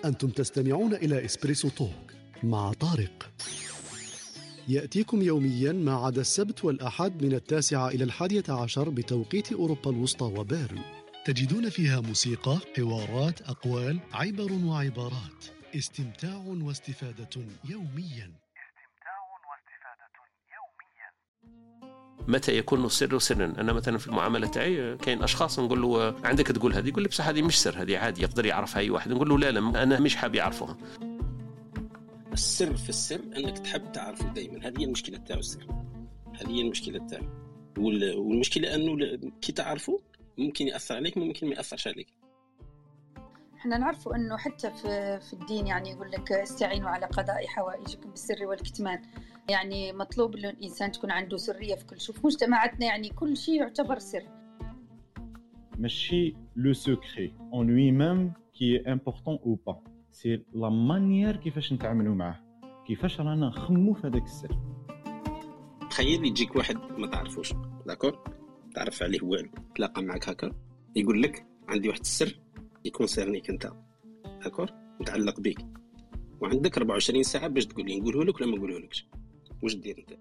أنتم تستمعون إلى إسبريسو توك مع طارق. يأتيكم يوميا ما عدا السبت والأحد من 9 إلى 11 بتوقيت أوروبا الوسطى وبيرن. تجدون فيها موسيقى، حوارات، أقوال، عبر وعبارات. استمتاع واستفادة يوميا. متى يكون السر سرا؟ أنا مثلا في المعاملة تاعي كاين أشخاص نقول له عندك تقول هذه، يقول لي بصح هذه مش سر، هذه عادي يقدر يعرفها أي واحد. نقول له لا أنا مش حاب يعرفها. السر في السر أنك تحب تعرفه دائما، هذه هي المشكلة تاعو السر، هذه هي المشكلة تاعو. والمشكلة أنه كي تعرفه ممكن يأثر عليك، ممكن ما يأثرش عليك. احنا نعرفوا انه حتى في الدين يعني يقول لك استعينوا على قضاء حوائجكم بالسر والكتمان، يعني مطلوب انه الانسان تكون عنده سريه في كل شيء. في مجتمعاتنا يعني كل شيء يعتبر سر. ماشي لو سكري اون لوي ميم كي امبورطون او با، سي لا مانيير كيفاش نتعاملوا معاه، كيفاش رانا نخمموا في هذاك السر. تخيل يجيك واحد ما تعرفوش، داكور، تعرف عليه والو، تلاقى معك هكا يقول لك عندي واحد السر يكونسيرنيك انت، داكور، متعلق بيك، وعندك 24 ساعه باش تقول لي نقوله لك ولا ما نقوله لكش. واش دير انت؟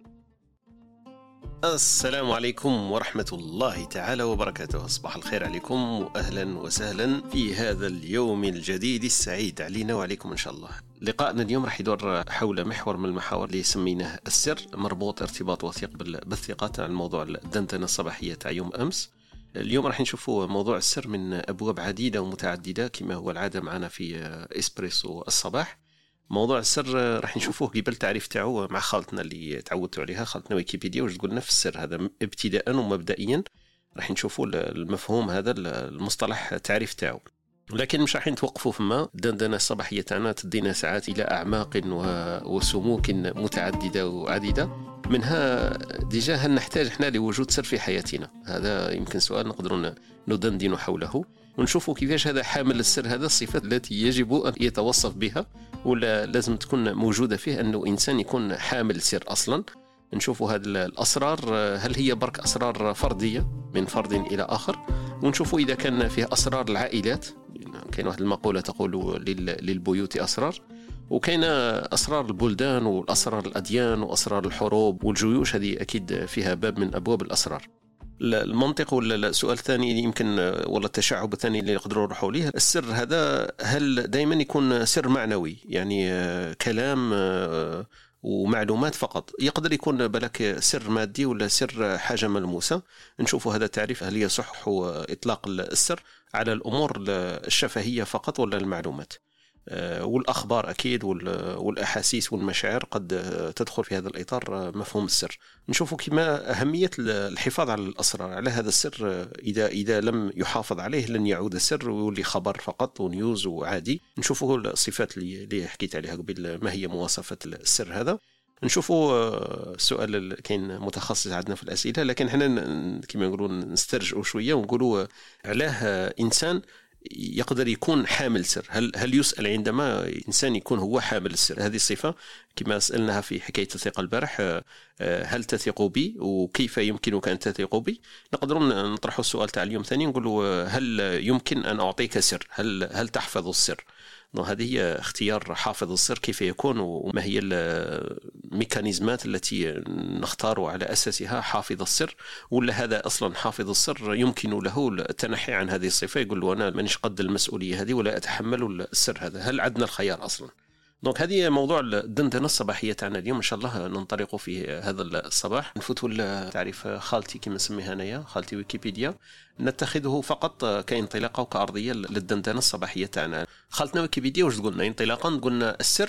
السلام عليكم ورحمة الله تعالى وبركاته. أصبح الخير عليكم وأهلا وسهلا في هذا اليوم الجديد السعيد علينا وعليكم إن شاء الله. لقاءنا اليوم راح يدور حول محور من المحاور اللي سميناه السر، مربوط ارتباط وثيق بالثقة عن موضوع الدندنة الصباحية تاع يوم أمس. اليوم راح نشوفوا موضوع السر من أبواب عديدة ومتعددة كما هو العادة معنا في إسبريسو الصباح. موضوع السر راح نشوفوه قبل تعريف تاعو مع خالتنا اللي تعودتوا عليها، خالتنا ويكيبيديا، واش تقول نفس السر هذا ابتداء ومبدئيا. راح نشوفوا المفهوم هذا المصطلح تعريف تاعو، لكن مش راح نتوقفوا فما. الدندنة الصباحية تاعنا تدينا ساعات إلى أعماق وسموك متعددة وعديدة. منها ديجا هل نحتاج احنا لوجود سر في حياتنا؟ هذا يمكن سؤال نقدرون ندندن حوله ونشوفوا كيفاش هذا حامل السر، هذا الصفات التي يجب أن يتوصف بها ولا لازم تكون موجودة فيه أنه إنسان يكون حامل سر أصلا. نشوفوا هذه الأسرار هل هي برك أسرار فردية من فرد إلى آخر، ونشوفوا إذا كان فيها أسرار العائلات. كاين واحد المقولة تقول للبيوت أسرار، وكاين أسرار البلدان والأسرار الأديان وأسرار الحروب والجيوش، هذه أكيد فيها باب من أبواب الأسرار. المنطق ولا السؤال الثاني اللي يمكن ولا التشعب الثاني اللي نقدروا نروحوا ليه، السر هذا هل دائما يكون سر معنوي يعني كلام ومعلومات فقط؟ يقدر يكون بالك سر مادي ولا سر حاجة ملموسة. نشوفوا هذا التعريف هل يصح إطلاق السر على الأمور الشفهية فقط ولا المعلومات والأخبار أكيد والأحاسيس والمشاعر قد تدخل في هذا الإطار مفهوم السر. نشوفوا كما أهمية الحفاظ على الأسرار، على هذا السر إذا لم يحافظ عليه لن يعود السر ويولي خبر فقط ونيوز وعادي. نشوفوا الصفات اللي حكيت عليها قبل، ما هي مواصفات السر هذا. نشوفوا السؤال كاين متخصص عندنا في الأسئلة، لكن احنا كما نقولون نسترجعوا شوية ونقولوا علاه إنسان يقدر يكون حامل سر. هل يسأل عندما إنسان يكون هو حامل السر؟ هذه الصفة كما سألناها في حكاية الثقة البارح، هل تثق بي وكيف يمكنك أن تثق بي؟ نقدر نطرح السؤال تاع اليوم ثاني، نقول هل يمكن أن أعطيك سر؟ هل تحفظ السر؟ هذه هي اختيار حافظ السر كيف يكون، وما هي الميكانيزمات التي نختار على أساسها حافظ السر، ولا هذا أصلا حافظ السر يمكن له التنحي عن هذه الصفة، يقول له أنا مانيش قد المسؤولية هذه ولا أتحمل السر هذا. هل عندنا الخيار أصلا؟ دونك هذه موضوع الدندنة الصباحية تاعنا اليوم. إن شاء الله ننطلق في هذا الصباح. نفوتوا لتعريف خالتي كما نسميها أنايا، خالتي ويكيبيديا، نتخذه فقط كانطلاقة وكأرضية للدندنة الصباحية تاعنا. خالتنا ويكيبيديا واش قلنا انطلاقا؟ قلنا السر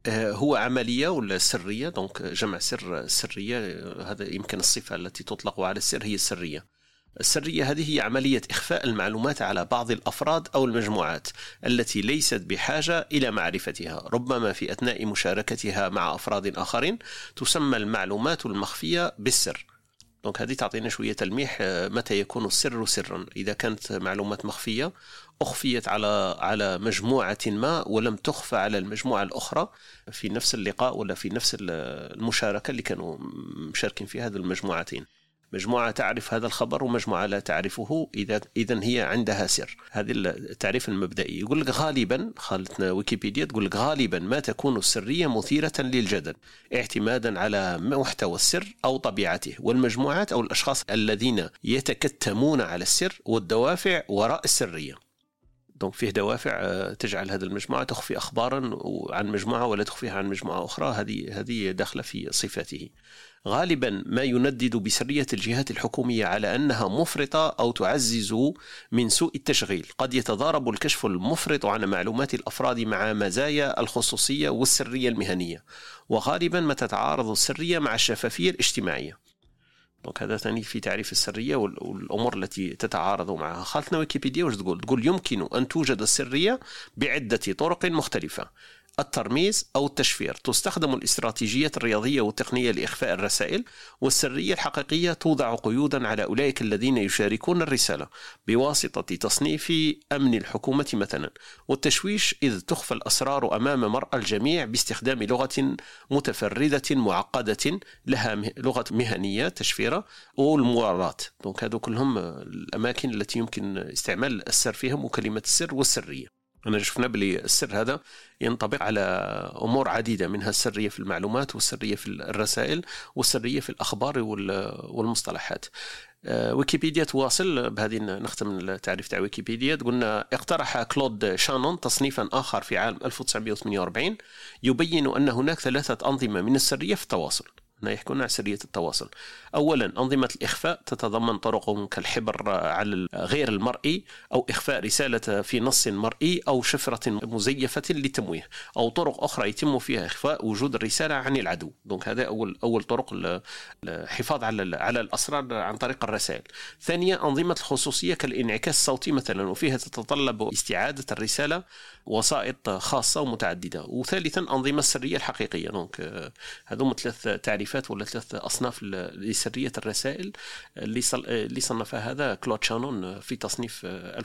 هو عملية ولا سرية، دونك جمع سر سرية، هذا يمكن الصفة التي تطلق على السر هي السرية. السرية هذه هي عملية إخفاء المعلومات على بعض الأفراد أو المجموعات التي ليست بحاجة إلى معرفتها، ربما في أثناء مشاركتها مع أفراد آخرين. تسمى المعلومات المخفية بالسر. دونك هذه تعطينا شوية تلميح متى يكون السر سرا. إذا كانت معلومات مخفية أخفيت على مجموعة ما ولم تخفى على المجموعة الأخرى في نفس اللقاء ولا في نفس المشاركة اللي كانوا مشاركين في هذه المجموعتين. مجموعة تعرف هذا الخبر ومجموعة لا تعرفه، إذا هي عندها سر. هذا التعريف المبدئي. يقول لك غالبا، خالتنا ويكيبيديا تقول لك غالبا ما تكون السرية مثيرة للجدل اعتمادا على محتوى السر أو طبيعته، والمجموعات أو الأشخاص الذين يتكتمون على السر والدوافع وراء السرية. دونك فيه دوافع تجعل هذه المجموعة تخفي أخبارا عن مجموعة ولا تخفيها عن مجموعة أخرى، هذه داخلة في صفاته. غالبا ما يندد بسرية الجهات الحكومية على أنها مفرطة أو تعزز من سوء التشغيل. قد يتضارب الكشف المفرط عن معلومات الأفراد مع مزايا الخصوصية والسرية المهنية، وغالبا ما تتعارض السرية مع الشفافية الاجتماعية. هذا ثاني في تعريف السرية والأمور التي تتعارض معها. خالتنا ويكيبيديا وش تقول يمكن أن توجد السرية بعدة طرق مختلفة: الترميز أو التشفير، تستخدم الاستراتيجيات الرياضية والتقنية لإخفاء الرسائل، والسرية الحقيقية توضع قيودا على أولئك الذين يشاركون الرسالة بواسطة تصنيف أمن الحكومة مثلا، والتشويش إذ تخفى الأسرار أمام مرأى الجميع باستخدام لغة متفردة معقدة لها لغة مهنية تشفيرة، والمواراة. دونك هذو كلهم الأماكن التي يمكن استعمال السر فيهم، وكلمة السر والسرية. أنا شفنا بلي السر هذا ينطبق على أمور عديدة، منها السرية في المعلومات، والسرية في الرسائل، والسرية في الأخبار والمصطلحات. ويكيبيديا تواصل بهذه، نختم التعريف تاع ويكيبيديا. قلنا اقترح كلود شانون تصنيفا آخر في عام 1948 يبين أن هناك 3 أنظمة من السرية في التواصل. هنا يحكون عن سرية التواصل. أولا أنظمة الإخفاء تتضمن طرق كالحبر على غير المرئي، أو إخفاء رسالة في نص مرئي، أو شفرة مزيفة للتمويه، أو طرق أخرى يتم فيها إخفاء وجود الرسالة عن العدو. دونك هذا أول طرق الحفاظ على الأسرار عن طريق الرسائل. ثانيا أنظمة الخصوصية كالانعكاس الصوتي مثلا، وفيها تتطلب استعادة الرسالة وسائط خاصة ومتعددة. وثالثا أنظمة السرية الحقيقية. دونك هذوم 3 تعريفات ولا 3 أصناف لسرية الرسائل اللي صنفها هذا كلود شانون في تصنيف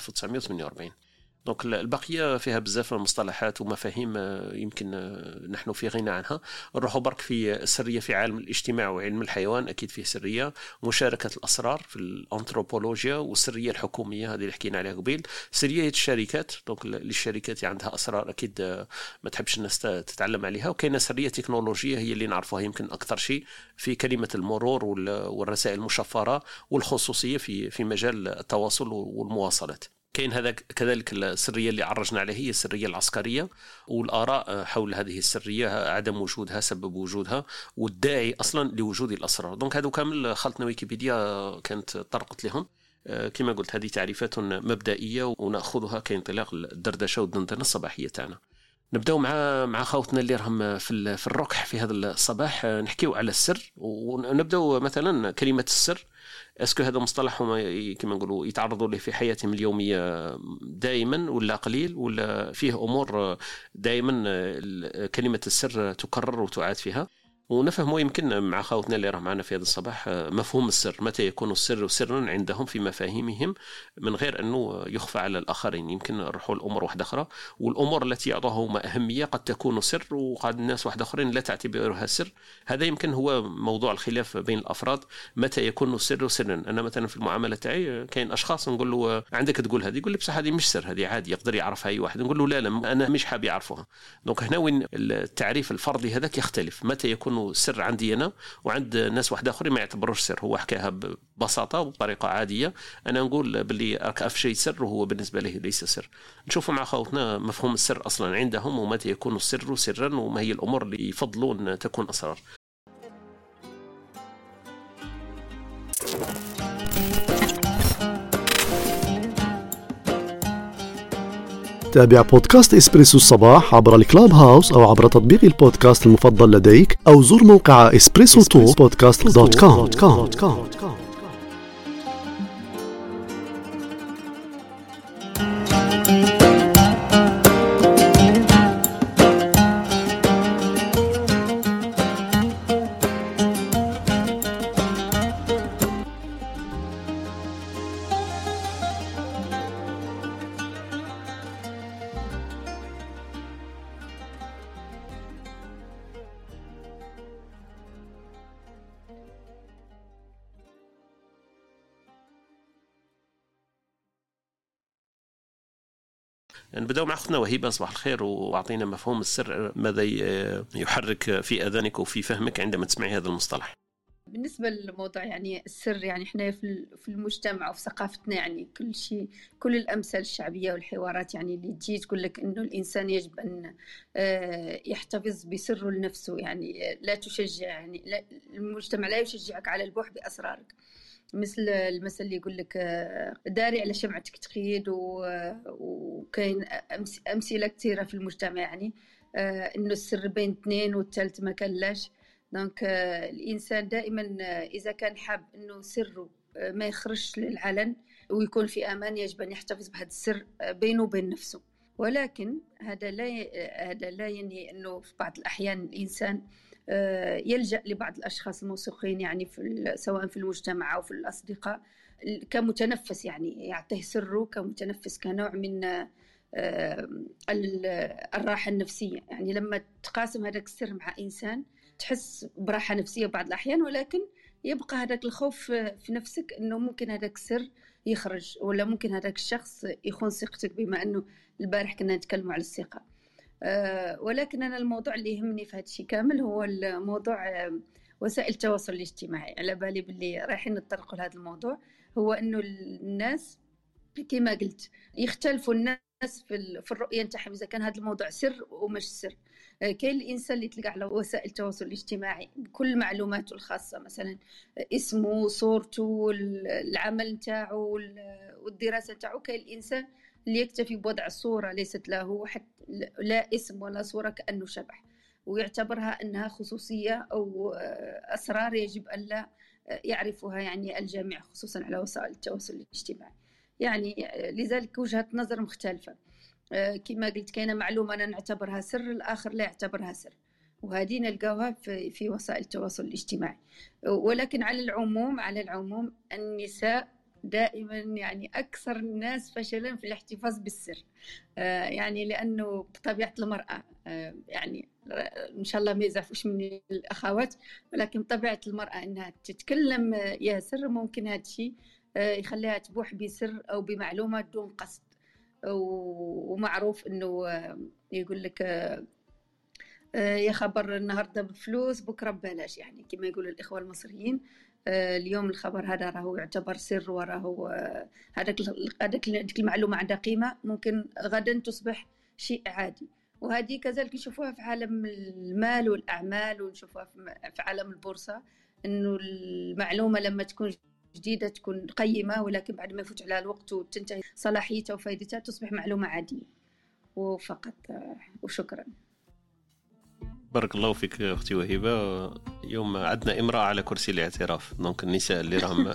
1948. دونك البقية فيها بزاف مصطلحات ومفاهيم يمكن نحن في غنى عنها. نروحوا برك في السرية في عالم الاجتماع وعلم الحيوان، أكيد فيه سرية. مشاركة الأسرار في الأنثروبولوجيا، والسرية الحكومية هذه اللي حكينا عليها قبيل. سرية الشركات، دونك للشركات عندها أسرار أكيد ما تحبش الناس تتعلم عليها. وكاينة سرية تكنولوجية هي اللي نعرفوها يمكن أكثر شيء في كلمة المرور والرسائل المشفرة، والخصوصية في مجال التواصل والمواصلات. كاين هذا كذلك السرية اللي عرجنا عليها هي السرية العسكرية، والآراء حول هذه السرية، عدم وجودها، سبب وجودها، والداعي أصلا لوجود الأسرار. دونك هذا كامل خلطنا ويكيبيديا كانت طرقت لهم. كما قلت هذه تعريفات مبدئية ونأخذها كانطلاق الدردشة والدندنة الصباحية تاعنا. نبدأ مع خوتنا اللي راهم في الركح في هذا الصباح، نحكيو على السر. ونبدأ مثلا كلمة السر. اسكو هذا مصطلح هما كما نقولوا يتعرضوا له في حياتهم اليوميه دائما، ولا قليل، ولا فيه امور دائما كلمه السر تكرر وتعاد فيها؟ ونفهموا يمكن مع خاوتنا اللي راه معنا في هذا الصباح مفهوم السر، متى يكون السر سرا عندهم في مفاهيمهم من غير أنه يخفى على الآخرين. يمكن نروحوا الأمور واحدة أخرى، والأمور التي يعطوها أهمية قد تكون سر، وقد الناس واحدة أخرين لا تعتبرها سر. هذا يمكن هو موضوع الخلاف بين الأفراد، متى يكون السر سرا. أنا مثلا في المعاملة تاعي كاين أشخاص نقول له عندك تقول هذه، يقول لي بصح هذه مش سر، هذه عادي يقدر يعرفها أي واحد. نقول له لا أنا مش حاب يعرفوها. دونك هنا وين التعريف الفردي هذاك يختلف، متى يكون السر عندي أنا وعند ناس واحدة أخرى ما يعتبروش سر. هو حكاها ببساطة وبطريقة عادية، أنا نقول باللي أكف شيء سر وهو بالنسبة له ليس سر. نشوفوا مع خوتنا مفهوم السر أصلا عندهم، ومتى يكون السر سرا، وما هي الأمور اللي يفضلون تكون أسرار. تابع بودكاست إسبريسو الصباح عبر الكلاب هاوس أو عبر تطبيق البودكاست المفضل لديك، أو زور موقع espressotalk.com. نبداو مع اختنا وهبه. صباح الخير، واعطينا مفهوم السر، ماذا يحرك في اذانك وفي فهمك عندما تسمعي هذا المصطلح؟ بالنسبة للموضوع يعني السر، يعني احنا في المجتمع وفي ثقافتنا يعني كل شيء، كل الأمثال الشعبية والحوارات يعني اللي تجي تقول لك إنه الإنسان يجب أن يحتفظ بسره لنفسه، يعني لا تشجع، يعني لا، المجتمع لا يشجعك على البوح بأسرارك. مثل المثل اللي يقول لك داري على شمعتك تقيد، وكاين أمثلة كثيرة في المجتمع يعني إنه السر بين اثنين والثالث ما كان لاش. دونك الإنسان دائما إذا كان حاب إنه سره ما يخرجش للعلن ويكون في أمان، يجب أن يحتفظ بهذا السر بينه وبين نفسه. ولكن هذا لا يعني إنه في بعض الأحيان الإنسان يلجأ لبعض الأشخاص الموثوقين يعني سواء في المجتمع أو في الأصدقاء كمتنفس، يعني يعطيه سره كمتنفس، كنوع من الراحة النفسية. يعني لما تقاسم هذاك السر مع إنسان تحس براحة نفسية بعض الأحيان، ولكن يبقى هذاك الخوف في نفسك أنه ممكن هذاك السر يخرج، ولا ممكن هذاك الشخص يخون ثقتك، بما أنه البارح كنا نتكلم على الثقة. ولكن أنا الموضوع اللي يهمني في هذا الشيء كامل هو الموضوع وسائل التواصل الاجتماعي. على بالي باللي رايحين نتطرقوا لهذا الموضوع، هو أنه الناس كما قلت يختلفوا الناس في الرؤية نتاعهم إذا كان هذا الموضوع سر ومش سر. كاين الإنسان اللي تلقى على وسائل التواصل الاجتماعي كل معلوماته الخاصة، مثلا اسمه، صورته، العمل نتاعو والدراسة نتاعو. كاين الإنسان اللي يكتفي بوضع الصورة ليست له حتى لا اسم ولا صورة، كأنه شبح، ويعتبرها أنها خصوصية أو أسرار يجب أن لا يعرفها يعني الجميع، خصوصا على وسائل التواصل الاجتماعي. يعني لذلك وجهة نظر مختلفة. كما قلت كاينة معلومة أنا نعتبرها سر، الآخر لا يعتبرها سر، وهذه نلقاها في وسائل التواصل الاجتماعي. ولكن على العموم النساء دائما يعني أكثر الناس فشلا في الاحتفاظ بالسر، يعني لأنه بطبيعة المرأة، يعني إن شاء الله ما يزعفوش من الأخوات، ولكن بطبيعة المرأة أنها تتكلم ياسر، ممكن هذا الشيء يخليها تبوح بسر أو بمعلومة دون قصد. ومعروف أنه يقول لك يا خبر النهاردة بفلوس بكرة ببلاش، يعني كما يقول الإخوة المصريين. اليوم الخبر هذا راهو يعتبر سر، وراهو هذاك المعلومة عندها قيمة، ممكن غدا تصبح شيء عادي. وهذه كذلك نشوفوها في عالم المال والأعمال، ونشوفوها في عالم البورصة، إنه المعلومة لما تكون جديدة تكون قيمة، ولكن بعد ما يفوت على الوقت وتنتهي صلاحيتها وفائدتها تصبح معلومة عادية. وفقط وشكرا. بارك الله فيك أختي وهبة. يوم عندنا امرأة على كرسي الاعتراف، دونك النساء اللي راهم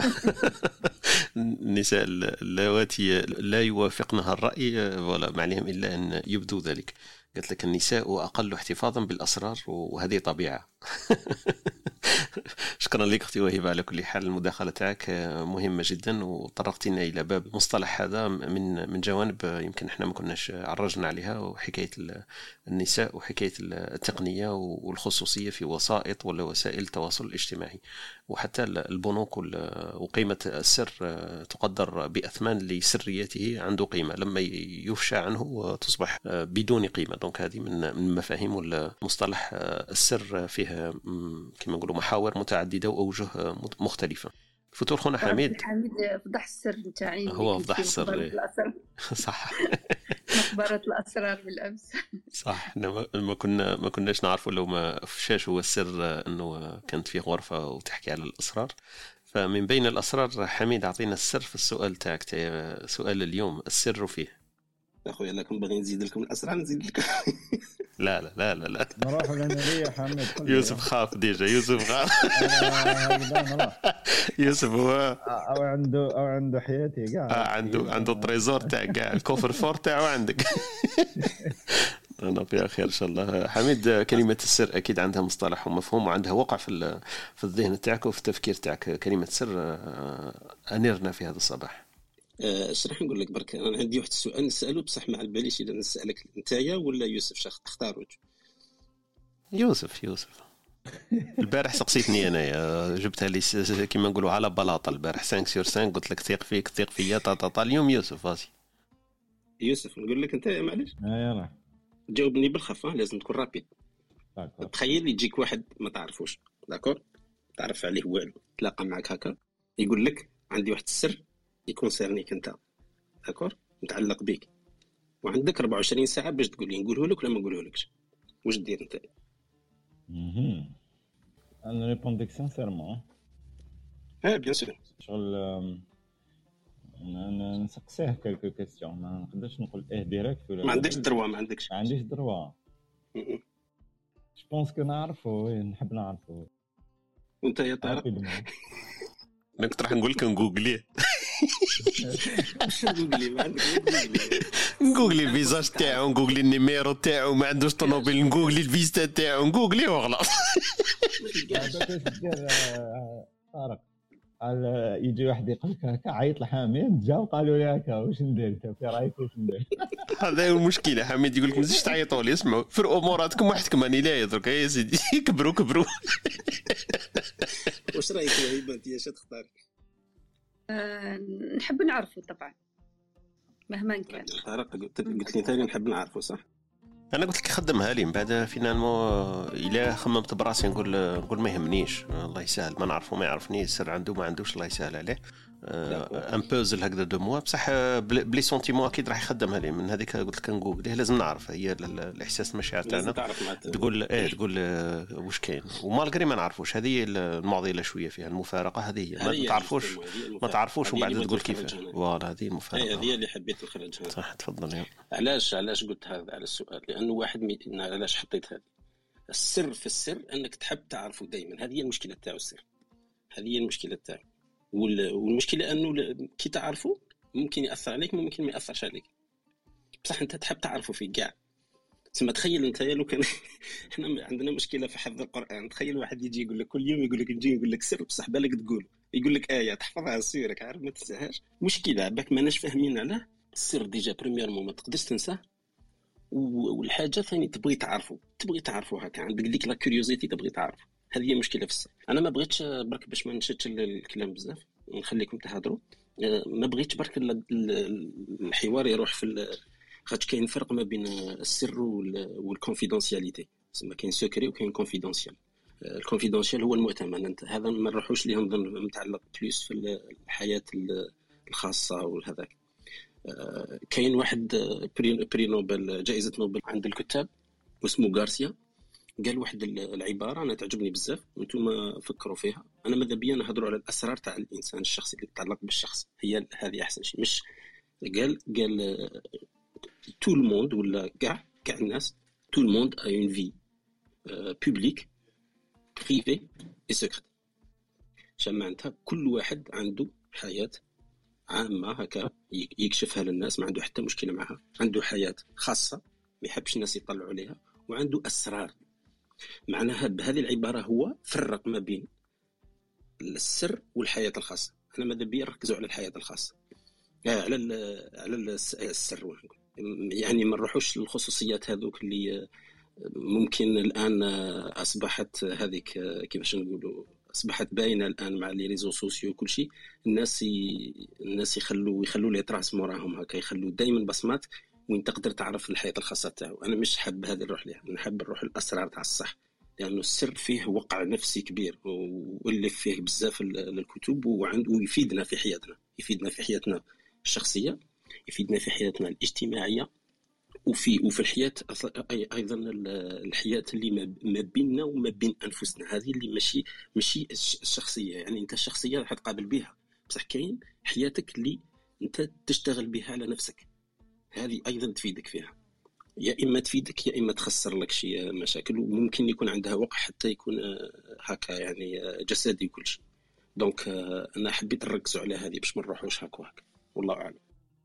النساء اللواتي لا يوافقنها الرأي ولا ما عليهم إلا أن يبدو ذلك. قلت لك النساء أقل احتفاظا بالأسرار، وهذه طبيعة. شكرا لك أختي وهبة. على كل حال المداخلة تاعك مهمة جدا، وطرقتنا إلى باب مصطلح هذا من جوانب يمكن احنا ما كناش عرجنا عليها، وحكاية النساء وحكاية التقنية والخصوصية في وسائط ولا وسائل التواصل الاجتماعي، وحتى البنوك وقيمة السر تقدر بأثمان لسريته عنده قيمة، لما يفشى عنه تصبح بدون قيمة. دونك هذه من مفاهيم المصطلح السر، فيها كما نقولوا محاور متعددة وأوجه مختلفة. فتور خونا حميد فضح السر نتاعي، هو فضح السر صح. مخبرة الأسرار بالأمس صح. ما كناش نعرفوا لو ما فشاش هو السر أنه كانت فيه غرفة وتحكي على الأسرار. فمن بين الأسرار حميد أعطينا السر في السؤال تاعك، سؤال اليوم السر فيه. أخويا لكم بغي نزيد لكم الأسرار نزيد لكم. لا لا لا لا لا نروح للنبي حميد. يوسف خاف ديجا، يوسف خاف. يوسف هو او عنده حياتي كاع، عنده التريزور تاع كاع، الكوفر فور تاعو عندك. أنا في خير إن شاء الله. حميد، كلمة السر أكيد عندها مصطلح ومفهوم، وعندها وقع في الذهن تاعك وفي التفكير تاعك. كلمة سر أنيرنا في هذا الصباح. اش راح نقول لك برك؟ انا عندي واحد السؤال نسالو، بصح ما على باليش اذا نسالك نتايا ولا يوسف. اختاروا يوسف. البارح سقسيتني انايا، جبتها لي كيما نقولوا على بلاطه البارح 5/5، قلت لك ثيق فيك ثيق فيا طاطا. اليوم يوسف فاسي. يوسف نقول لك انت معليش يلا جاوبني بالخف، لازم تكون رابيد. داكور. تخيل يجيك واحد ما تعرفوش، داكور، تعرف عليه والو، تلاقى معك هكا يقول لك عندي واحد السر يكونسيرنيك انت، داكور، متعلق بيك، وعندك 24 ساعه باش تقول لي نقوله لك ولا ما نقوله لكش. واش دير انت؟ انا ريبونديك سانسيرمون بيان سور. شغل انا نسقسيه كلكو كيسيون، ما نقدرش نقول ديريكت ولا ما عندكش دروا، ما عندكش. ما عنديش دروا. جو بونس كو نعرفو، نحب نعرفو. وانت يا طارق؟ انا كنت راح نقول لك نجوجليه. نجوجلي ما عندك نجوجلي. نجوجلي الفيزاج تاعو، نجوجلي النيميرو تاعو، ما عندوش طوموبيل، نجوجلي الفيزا تاعو، نجوجلي وخلاص. طارق قال يجي واحد يقول لك هكا عيط لحامد، جاو قالوا لي هكا واش ندير انت في رايك واش ندير؟ هذا هو المشكله. حميد يقول لك ما تزيدش تعيطوا لي، اسمعوا في اموراتكم وحدكم، راني لا يدرك يا سيدي. كبروا. واش رايك يا هبه انت؟ اش تختار؟ نحب نعرفه طبعا مهما كان. طارق قلت لي ثاني نحب نعرفه، صح؟ انا قلت لك خدمها لي من بعد فينالمون الى خممت براسي نقول ما يهمنيش، الله يسهل، ما نعرفه ما يعرفني، السر عنده ما عندوش، الله يسهل عليه. ان بوزل هكذا دو موا بصح بلي سونتيمون اكيد راح يخدمها لي. من هذيك قلت لك نجوجل لازم نعرف، هي الاحساس المشاعر تاعنا تقول تقول واش كاين، ومالغري ما نعرفوش. هذه المعضله شويه فيها المفارقه، هذه ما تعرفوش ومن بعد تقول كيف. فوالا هذه المفارقه، هذه اللي حبيت نخرجها. صح، تفضل. علاش قلت هذا على السؤال؟ لانه واحد علاش حطيت هذه السر في السر، انك تحب تعرفه دائما. هذه هي المشكله تاعو السر، هذه هي المشكله تاعو. والمشكله انه كي تعرفه ممكن ياثر عليك، ممكن ما ياثرش عليك، بصح انت تحب تعرفه في كاع. تسمى تخيل انت لو كان احنا عندنا مشكله في حفظ القران. تخيل واحد يجي يقول لك كل يوم، يقول لك نجي نقول لك سر بصح بالك تقول، يقول لك ايه تحفظها سيرك، عارف ما تنساهاش. مشكله باك ماناش فاهمين علاه السر. ديجا بريميرمون ما تقدرش تنساه، والحاجه ثاني تبغي تعرفه هكا، عندك ديك لا كوريوزيتي تبغي تعرف. هذه هي مشكله في السر. انا ما بغيتش برك باش ما نشدش الكلام بزاف، نخليكم تهضروا. ما بغيتش برك الحوار يروح في خاطر كاين فرق ما بين السر والكونفيدونسياليتي. تسمى كاين سكري وكاين كونفيدونسيال. الكونفيدونسيال هو المؤتمن، انت هذا ما نروحوش ليه، نظن متعلق بليس في الحياه الخاصه وهذاك. كاين واحد بري نوبل، جائزة نوبل عند الكتاب، واسمه غارسيا، قال واحد العبارة أنا تعجبني بزاف، وانتم فكروا فيها. أنا ماذا بيا نهضروا على الأسرار تاع الإنسان الشخصي اللي يتعلق بالشخص، هي هذه أحسن شيء. مش قال تو الموند ولا كاع الناس، تو الموند a une vie publique privée et secrète. معناتها كل واحد عنده حياة عامة هكا يكشفها للناس، ما عنده حتى مشكلة معها. عنده حياة خاصة ما يحبش الناس يطلعوا عليها، وعنده أسرار. معناها بهذه العبارة هو فرق ما بين السر والحياة الخاصة. أنا ماذا بيا نركزوا على الحياة الخاصة، على السر، يعني ما نروحوش للخصوصيات هذوك اللي ممكن الآن أصبحت هذيك كيفاش نقولوا، أصبحت باينة الآن مع لي ريزو سوسيو كل شيء. الناس يخلوا لي تراس موراهم هكا، يخلوا دائما بصمات وين تقدر تعرف الحياة الخاصة تاعو. أنا مش حاب هذه نروح لها، نحب نروح الأسرار تاع الصح، لأنه السر فيه وقع نفسي كبير، واللي فيه بزاف الكتب، ويفيدنا في حياتنا، يفيدنا في حياتنا الشخصية، يفيدنا في حياتنا الاجتماعية، وفي الحياة أيضا الحياة اللي ما بيننا وما بين أنفسنا. هذه اللي ماشي الشخصية، يعني أنت الشخصية راح تقابل بها، بصح كاين حياتك اللي أنت تشتغل بها على نفسك، هذه أيضا تفيدك فيها. يا إما تفيدك يا إما تخسر لك شيء مشاكل، وممكن يكون عندها وقع حتى يكون هكا يعني جسدي وكل شيء. دونك أنا حبيت نركزوا على هذه باش ما نروحوش هكا وهكا، والله أعلم.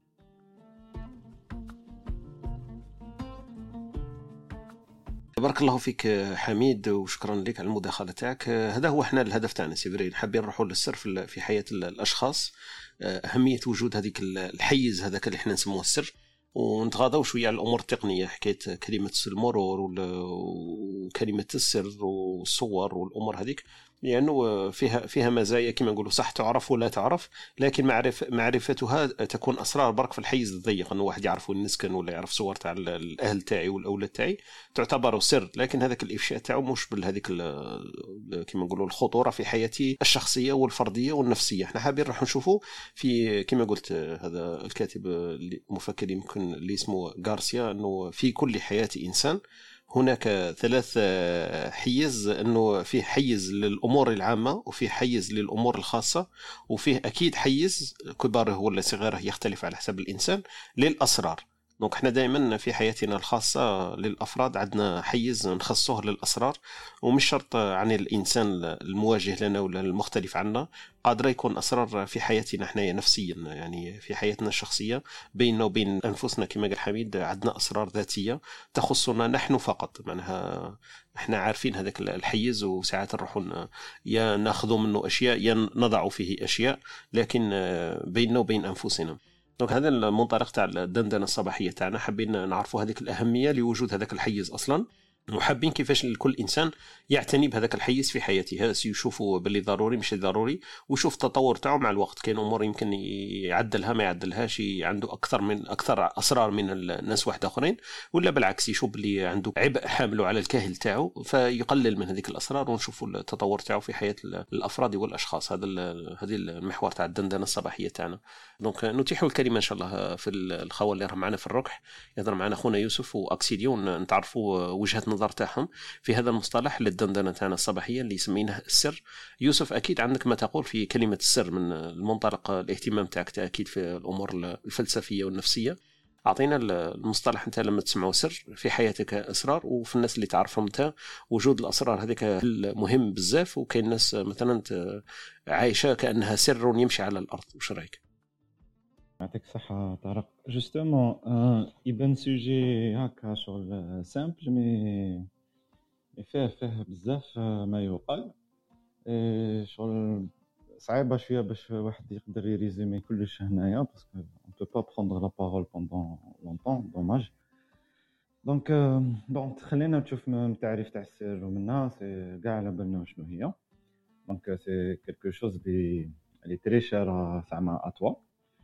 بارك الله فيك حميد، وشكرا لك على المداخله تاعك. هذا هو احنا الهدف تاعنا سيفري، حابين نروحوا للسر في حياه الاشخاص، اهميه وجود هذيك الحيز هذاك اللي احنا نسموه السر، ونتغاضوا شويه على الامور التقنيه، حكايه كلمه المرور وكلمه السر والصور والامور هذيك. لأنه فيها مزايا كما نقولوا، صح تعرف ولا تعرف، لكن معرفتها تكون أسرار برك في الحيز الضيق، أنه واحد يعرف وين نسكن ولا يعرف صور تاع الأهل تاعي والأولاد تاعي تعتبر سر، لكن هذاك الإفشاء تاعو مش بهذيك كما نقولوا الخطورة في حياتي الشخصية والفردية والنفسية. احنا حابين راح نشوفوا في كما قلت هذا الكاتب المفكر يمكن اللي اسمه غارسيا، أنه في كل حياة إنسان هناك 3 حيز، أنه فيه حيز للأمور العامة وفيه حيز للأمور الخاصة وفيه أكيد حيز كباره ولا صغاره يختلف على حسب الإنسان للأسرار. دونك احنا دائما في حياتنا الخاصة للأفراد عندنا حيز نخصه للأسرار، ومش شرط عن الإنسان المواجه لنا ولا المختلف عنا، قادر يكون أسرار في حياتنا احنا نفسيا، يعني في حياتنا الشخصية بيننا وبين أنفسنا. كما قال حميد عندنا أسرار ذاتية تخصنا نحن فقط، معناها احنا عارفين هذاك الحيز، وساعات نروح يا ناخذ منه أشياء يا نضع فيه أشياء، لكن بيننا وبين أنفسنا. دونك هذا المنطلق تاع الدندنه الصباحيه تاعنا، حابين نعرفوا هذيك الاهميه لوجود هذاك الحيز اصلا، وحابين كيفاش كل انسان يعتني بهذاك الحيز في حياته، هذا يشوفوا باللي ضروري مش ضروري، ويشوف التطور تاعو مع الوقت. كاين امور يمكن يعدلها ما يعدلهاش، عنده اكثر اسرار من الناس واحد اخرين، ولا بالعكس يشوف باللي عنده عبء حامله على الكاهل تاعو فيقلل من هذيك الاسرار، ونشوفوا التطور تاعو في حياه الافراد والاشخاص. هذا المحور تاع الدندنه الصباحيه تاعنا. دونك نتيحوا الكلمه ان شاء الله في الخوال اللي راه معنا في الركح، يهضر معنا خونا يوسف واكسيديون، نتعرفوا وجهه نظر تاعهم في هذا المصطلح للدندنه تاعنا الصباحيه اللي سميناه السر. يوسف اكيد عندك ما تقول في كلمه السر من المنطلق الاهتمام تاعك اكيد في الامور الفلسفيه والنفسيه. اعطينا المصطلح انت لما تسمعوا سر في حياتك اسرار، وفي الناس اللي تعرفهم انت وجود الاسرار هذيك مهم بزاف، وكاين ناس مثلا عايشه كانها سر يمشي على الارض. واش رايك؟ يعطيك الصحة طارق. جوستومون يبان سوجي هكا شغل سامبل، مي فيه بزاف ما يقال، شغل صعيبة شوية باش واحد يقدر يريزومي كلش هنايا، باسكو on peut pas prendre la parole pendant longtemps, dommage. دونك بون خلينا نشوف من التعريف تاع السر ومنها سي كاع على بالنا شنو هي. دونك سي كلكو شوز لي تري شير زعما اتوا،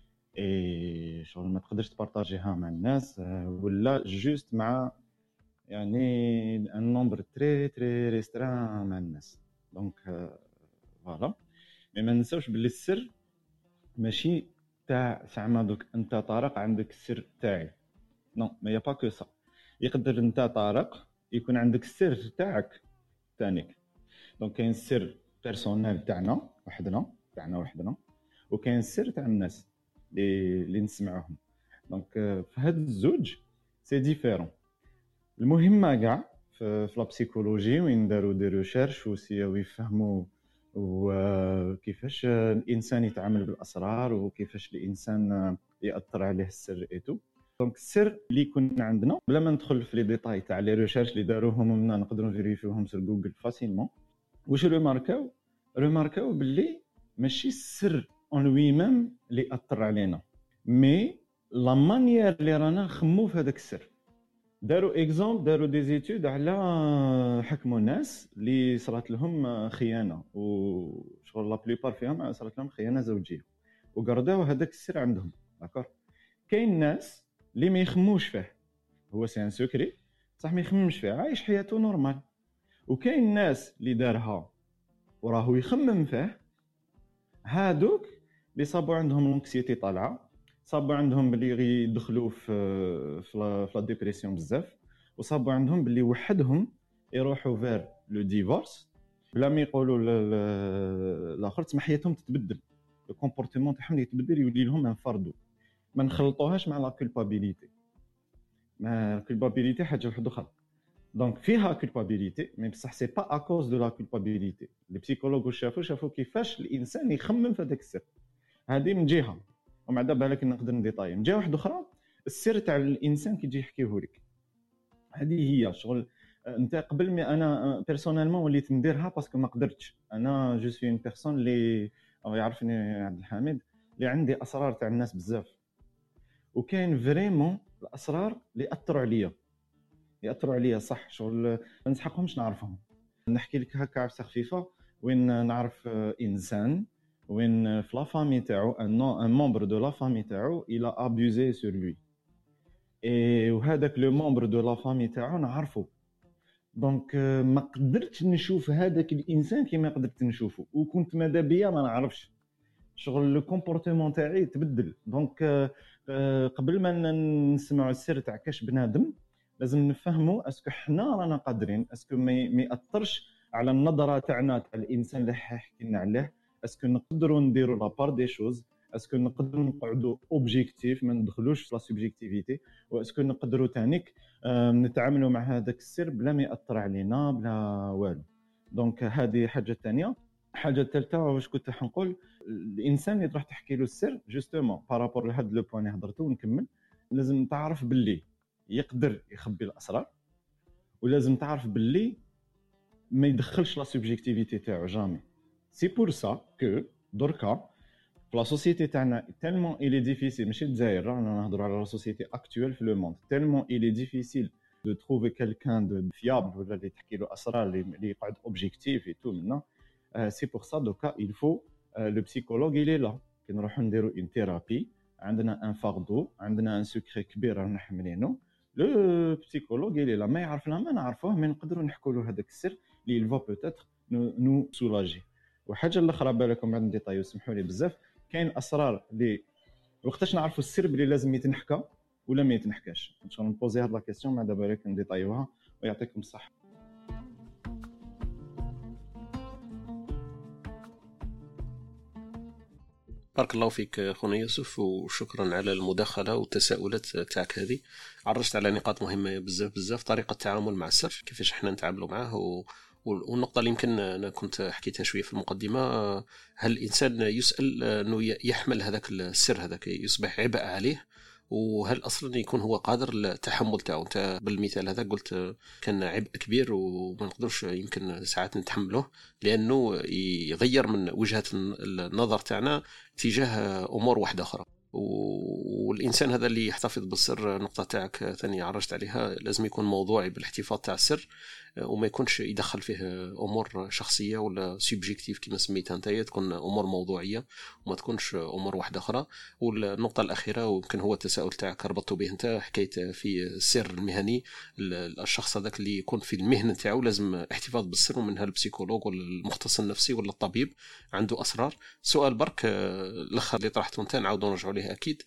اي شغل ما تقدرش تبارطاجيها مع الناس ولا جوست مع يعني ان نومبر تري ريستران مع الناس. دونك فوالا، مي ما ننساوش باللي السر ماشي تاع زعما دوك انت طارق عندك السر تاعي، نو ما يا با كو سا. يقدر انت طارق يكون عندك السر تاعك ثانيك. دونك كاين السر بيرسونيل تاعنا وحدنا، وكاين السر تاع الناس اللي نسمعوهم. دونك في هاد الزوج سي ديفيرون. المهمه كاع في لا بسيكولوجي وين داروا دي ريشيرش وسياو يفهموا وكيفاش الانسان يتعامل بالاسرار وكيفاش الانسان ياثر عليه السر ايتو. دونك السر اللي يكون عندنا بلا ما ندخل في لي ديتاي تاع لي ريشيرش اللي داروهم نقدروا نفيريفيوهم sur جوجل فاسيلمون. واش ريماركاو باللي ماشي السر اون لوي ميم اللي اثر علينا، مي لا مانيير اللي رانا نخمو في هذاك السر. داروا دي زيتود على حكموا الناس اللي صرات لهم خيانه، وشغل لا بليبار فيهم صرات لهم خيانه زوجيه، وقرداو هذاك السر عندهم. داكور، كاين ناس اللي ما يخموش فيه، هو سي ان سوكري صح ما يخممش فيه، عايش حياته نورمال. وكاين ناس اللي دارها وراهو يخمم فيه، هادوك اللي صابوا عندهم لونكسيتي طالعه، صابوا عندهم باللي يدخلوا في لا ديبرسيون بزاف، وصابوا عندهم باللي وحدهم يروحوا فير لو ديفورس بلا ما يقولوا الاخر، تسمى حياتهم تتبدل، لو كومبورتمون تاعهم يتبدل، يولي لهم انفردوا. ما نخلطوهاش مع لا كولبابيليتي، ما الكولبابيليتي حاجه وحده اخرى. دونك فيها كولبابيليتي، مي بصح سي با ا كوز دو لا كولبابيليتي. لي بسيكولوج شافوا كيفاش الانسان يخمم في هذاك السر. هذه من جهه، ومع دابا لكن نقدر نديطاي من جهه واحده اخرى. السر تاع الانسان كيجي يحكيه لك، هذه هي شغل. انت قبل ما انا بيرسونيلمون وليت نديرها باسكو ما قدرتش. انا جو سوي اون بيرسون اللي يعرفني عبد الحميد اللي عندي اسرار تاع الناس بزاف، وكاين فريمون الاسرار اللي ياثروا عليا صح، شغل ما نسحقهمش نعرفهم. نحكي لك هكا عفسه خفيفه. وين نعرف انسان وين في لا فامي تاعو ان ممبر دو لا فامي تاعو الى ابيوزي سور لوي اي وهذاك لو ممبر دو لا فامي تاعو نعرفه. دونك ما قدرتش نشوف هذاك الانسان كيما قدرت نشوفه وكنت ماذا بيا ما نعرفش شغل لو كومبورتمون تاعي تبدل. دونك قبل ما نسمعوا السر تاع كاش بنادم لازم نفهموا اسكو حنا رانا قادرين اسكو ما ياثرش على النظره تاعنا تاع الانسان اللي حكينا عليه. اسكو نقدروا نديروا لا بار دي شوز اسكو نقدروا نقعدوا اوبجيكتيف ما ندخلوش في لا سوبجيكتيفيتي واسكو نقدروا تانيك نتعاملوا مع هذاك السر بلا ما ياثر علينا بلا والو. دونك هذه حاجه ثانيه. حاجه ثالثه واش كنت حنقول الانسان اللي تروح تحكي له السر جوستومون بارابور لهذا لو بوين اللي هضرته ونكمل لازم تعرف باللي يقدر يخبي الاسرار ولازم تعرف باللي ما يدخلش لا سوبجيكتيفيتي تاعو جامي. سي بور سا كو دركا في لا سوسيتي تاعنا تالمون إلي ديفيسيل ماشي الجزائر رانا نهضروا على لا سوسيتي اكطويل في لو موند تالمون إلي ديفيسيل دو تروفي كالكان دو فيابل ولا اللي تحكي له اسرار اللي يقعد اوبجيكتيف اي تو منا. سي بور سا دوكا il faut le psychologue il est là كي نروحوا نديروا اون ثيرابي عندنا ان فاردو عندنا ان سكري كبير رانا حاملينه لو بسيكولوج il est là ما يعرفنا ما نعرفوه ما نقدروا نحكوا له هذاك السر اللي il va peut-être nous soulager. وحاجه الاخرى بالكم بعد نديطايو سمحوا لي بزاف كاين اسرار اللي وقتاش نعرفوا السر بلي لازم يتنحكى ولا ما يتنحكاش. ان شاء الله نبوزي هاد لا كيسيون مع دابا بالك نديطايوها ويعطيكم الصحه. بارك الله فيك خونا يوسف وشكرا على المداخله والتساؤلات تاعك هذه. عرجت على نقاط مهمه بزاف طريقه التعامل مع السر كيفاش احنا نتعاملوا معه والنقطه اللي يمكن انا كنت حكيتها شويه في المقدمه هل الانسان يسال انه يحمل هذاك السر هذاك يصبح عبء عليه وهل اصلا يكون هو قادر للتحمل تاعو. انت بالمثال هذا قلت كان عبء كبير وما نقدرش يمكن ساعات نتحمله لانه يغير من وجهه النظر تاعنا تجاه امور واحده اخرى. والإنسان هذا اللي يحتفظ بالسر نقطة تاعك ثانية عرجت عليها لازم يكون موضوعي بالاحتفاظ تاع السر وما يكونش يدخل فيه أمور شخصية ولا سوبجيكتيف كما سميتها أنت تكون أمور موضوعية وما تكونش أمور واحدة أخرى. والنقطة الأخيرة ويمكن هو التساؤل تاعك ربطته به أنت حكيت في السر المهني الشخص هذاك اللي يكون في المهنة تاعو لازم احتفاظ بالسر ومنها البسيكولوج ولا المختص النفسي ولا الطبيب عنده أسرار. سؤال برك الأخر اللي طرحته أنت نعاود نرجع عليه أكيد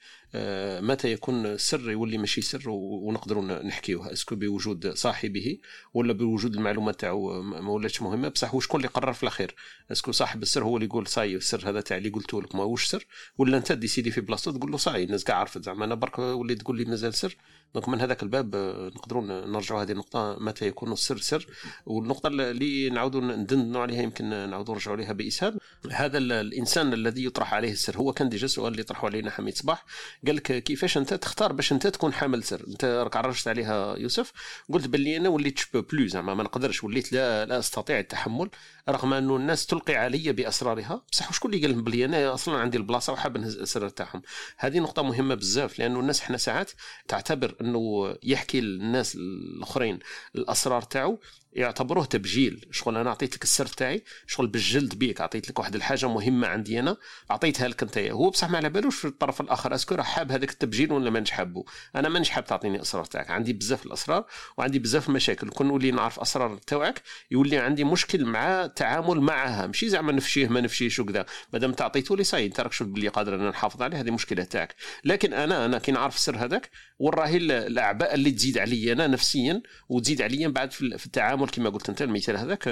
متى يكون السر يولي ماشي سر ونقدروا نحكيوه اسكو بوجود صاحبه ولا بوجود المعلومات تاعو ما ولاتش مهمه بصح وشكون اللي قرر في الاخير اسكو صاحب السر هو اللي يقول صاي السر هذا تاع اللي قلته لك ماهوش سر ولا انت ديسيدي في بلاصتو تقول له صاي الناس كاع عرفت زعما انا برك ولي تقول لي مازال سر. دونك من هذاك الباب نقدروا نرجعوا هذه النقطه متى يكون السر سر. والنقطه اللي نعاودوا ندندنوا عليها يمكن نعاودوا نرجعوا لها باسهاب هذا الانسان الذي يطرح عليه السر هو كان ديجا سؤال اللي طرحوا علينا حميد صباح قال لك كيفاش انت تختار باش انت تكون حامل سر. انت راك عرجت عليها يوسف قلت باللي انا وليت بلو زعما ما نقدرش وليت لا استطيع التحمل رغم انه الناس تلقي علي باسرارها بصح شكون اللي قال لهم بلي انا اصلا عندي البلاصه وحاب نهز السر تاعهم. هذه نقطه مهمه بزاف لانه الناس احنا ساعات تعتبر انه يحكي للناس الاخرين الاسرار تاعو يعتبروه تبجيل. شغل انا عطيت لك السر تاعي شغل بالجلد بيك عطيت لك واحد الحاجه مهمه عندي انا عطيتها لك انت هو بصح ما على بالوش في الطرف الاخر اسكو راه حاب هذاك التبجيل ولا مانيش حابه. انا مانيش حاب تعطيني اسرار تاعك عندي بزاف الاسرار وعندي بزاف المشاكل كون نولي نعرف اسرار تاعك يولي عندي مشكل مع التعامل معها ماشي زعما نفشيه ما نفشيش وكذا مادام تعطيته لي صاي انت راك شوف بلي قادر انا نحافظ عليه هذه مشكله تاعك. لكن انا كي نعرف السر هذاك وراهي الاعباء اللي تزيد عليا انا نفسيا وتزيد عليا بعد في التعامل كما قلت انت المثال هذاك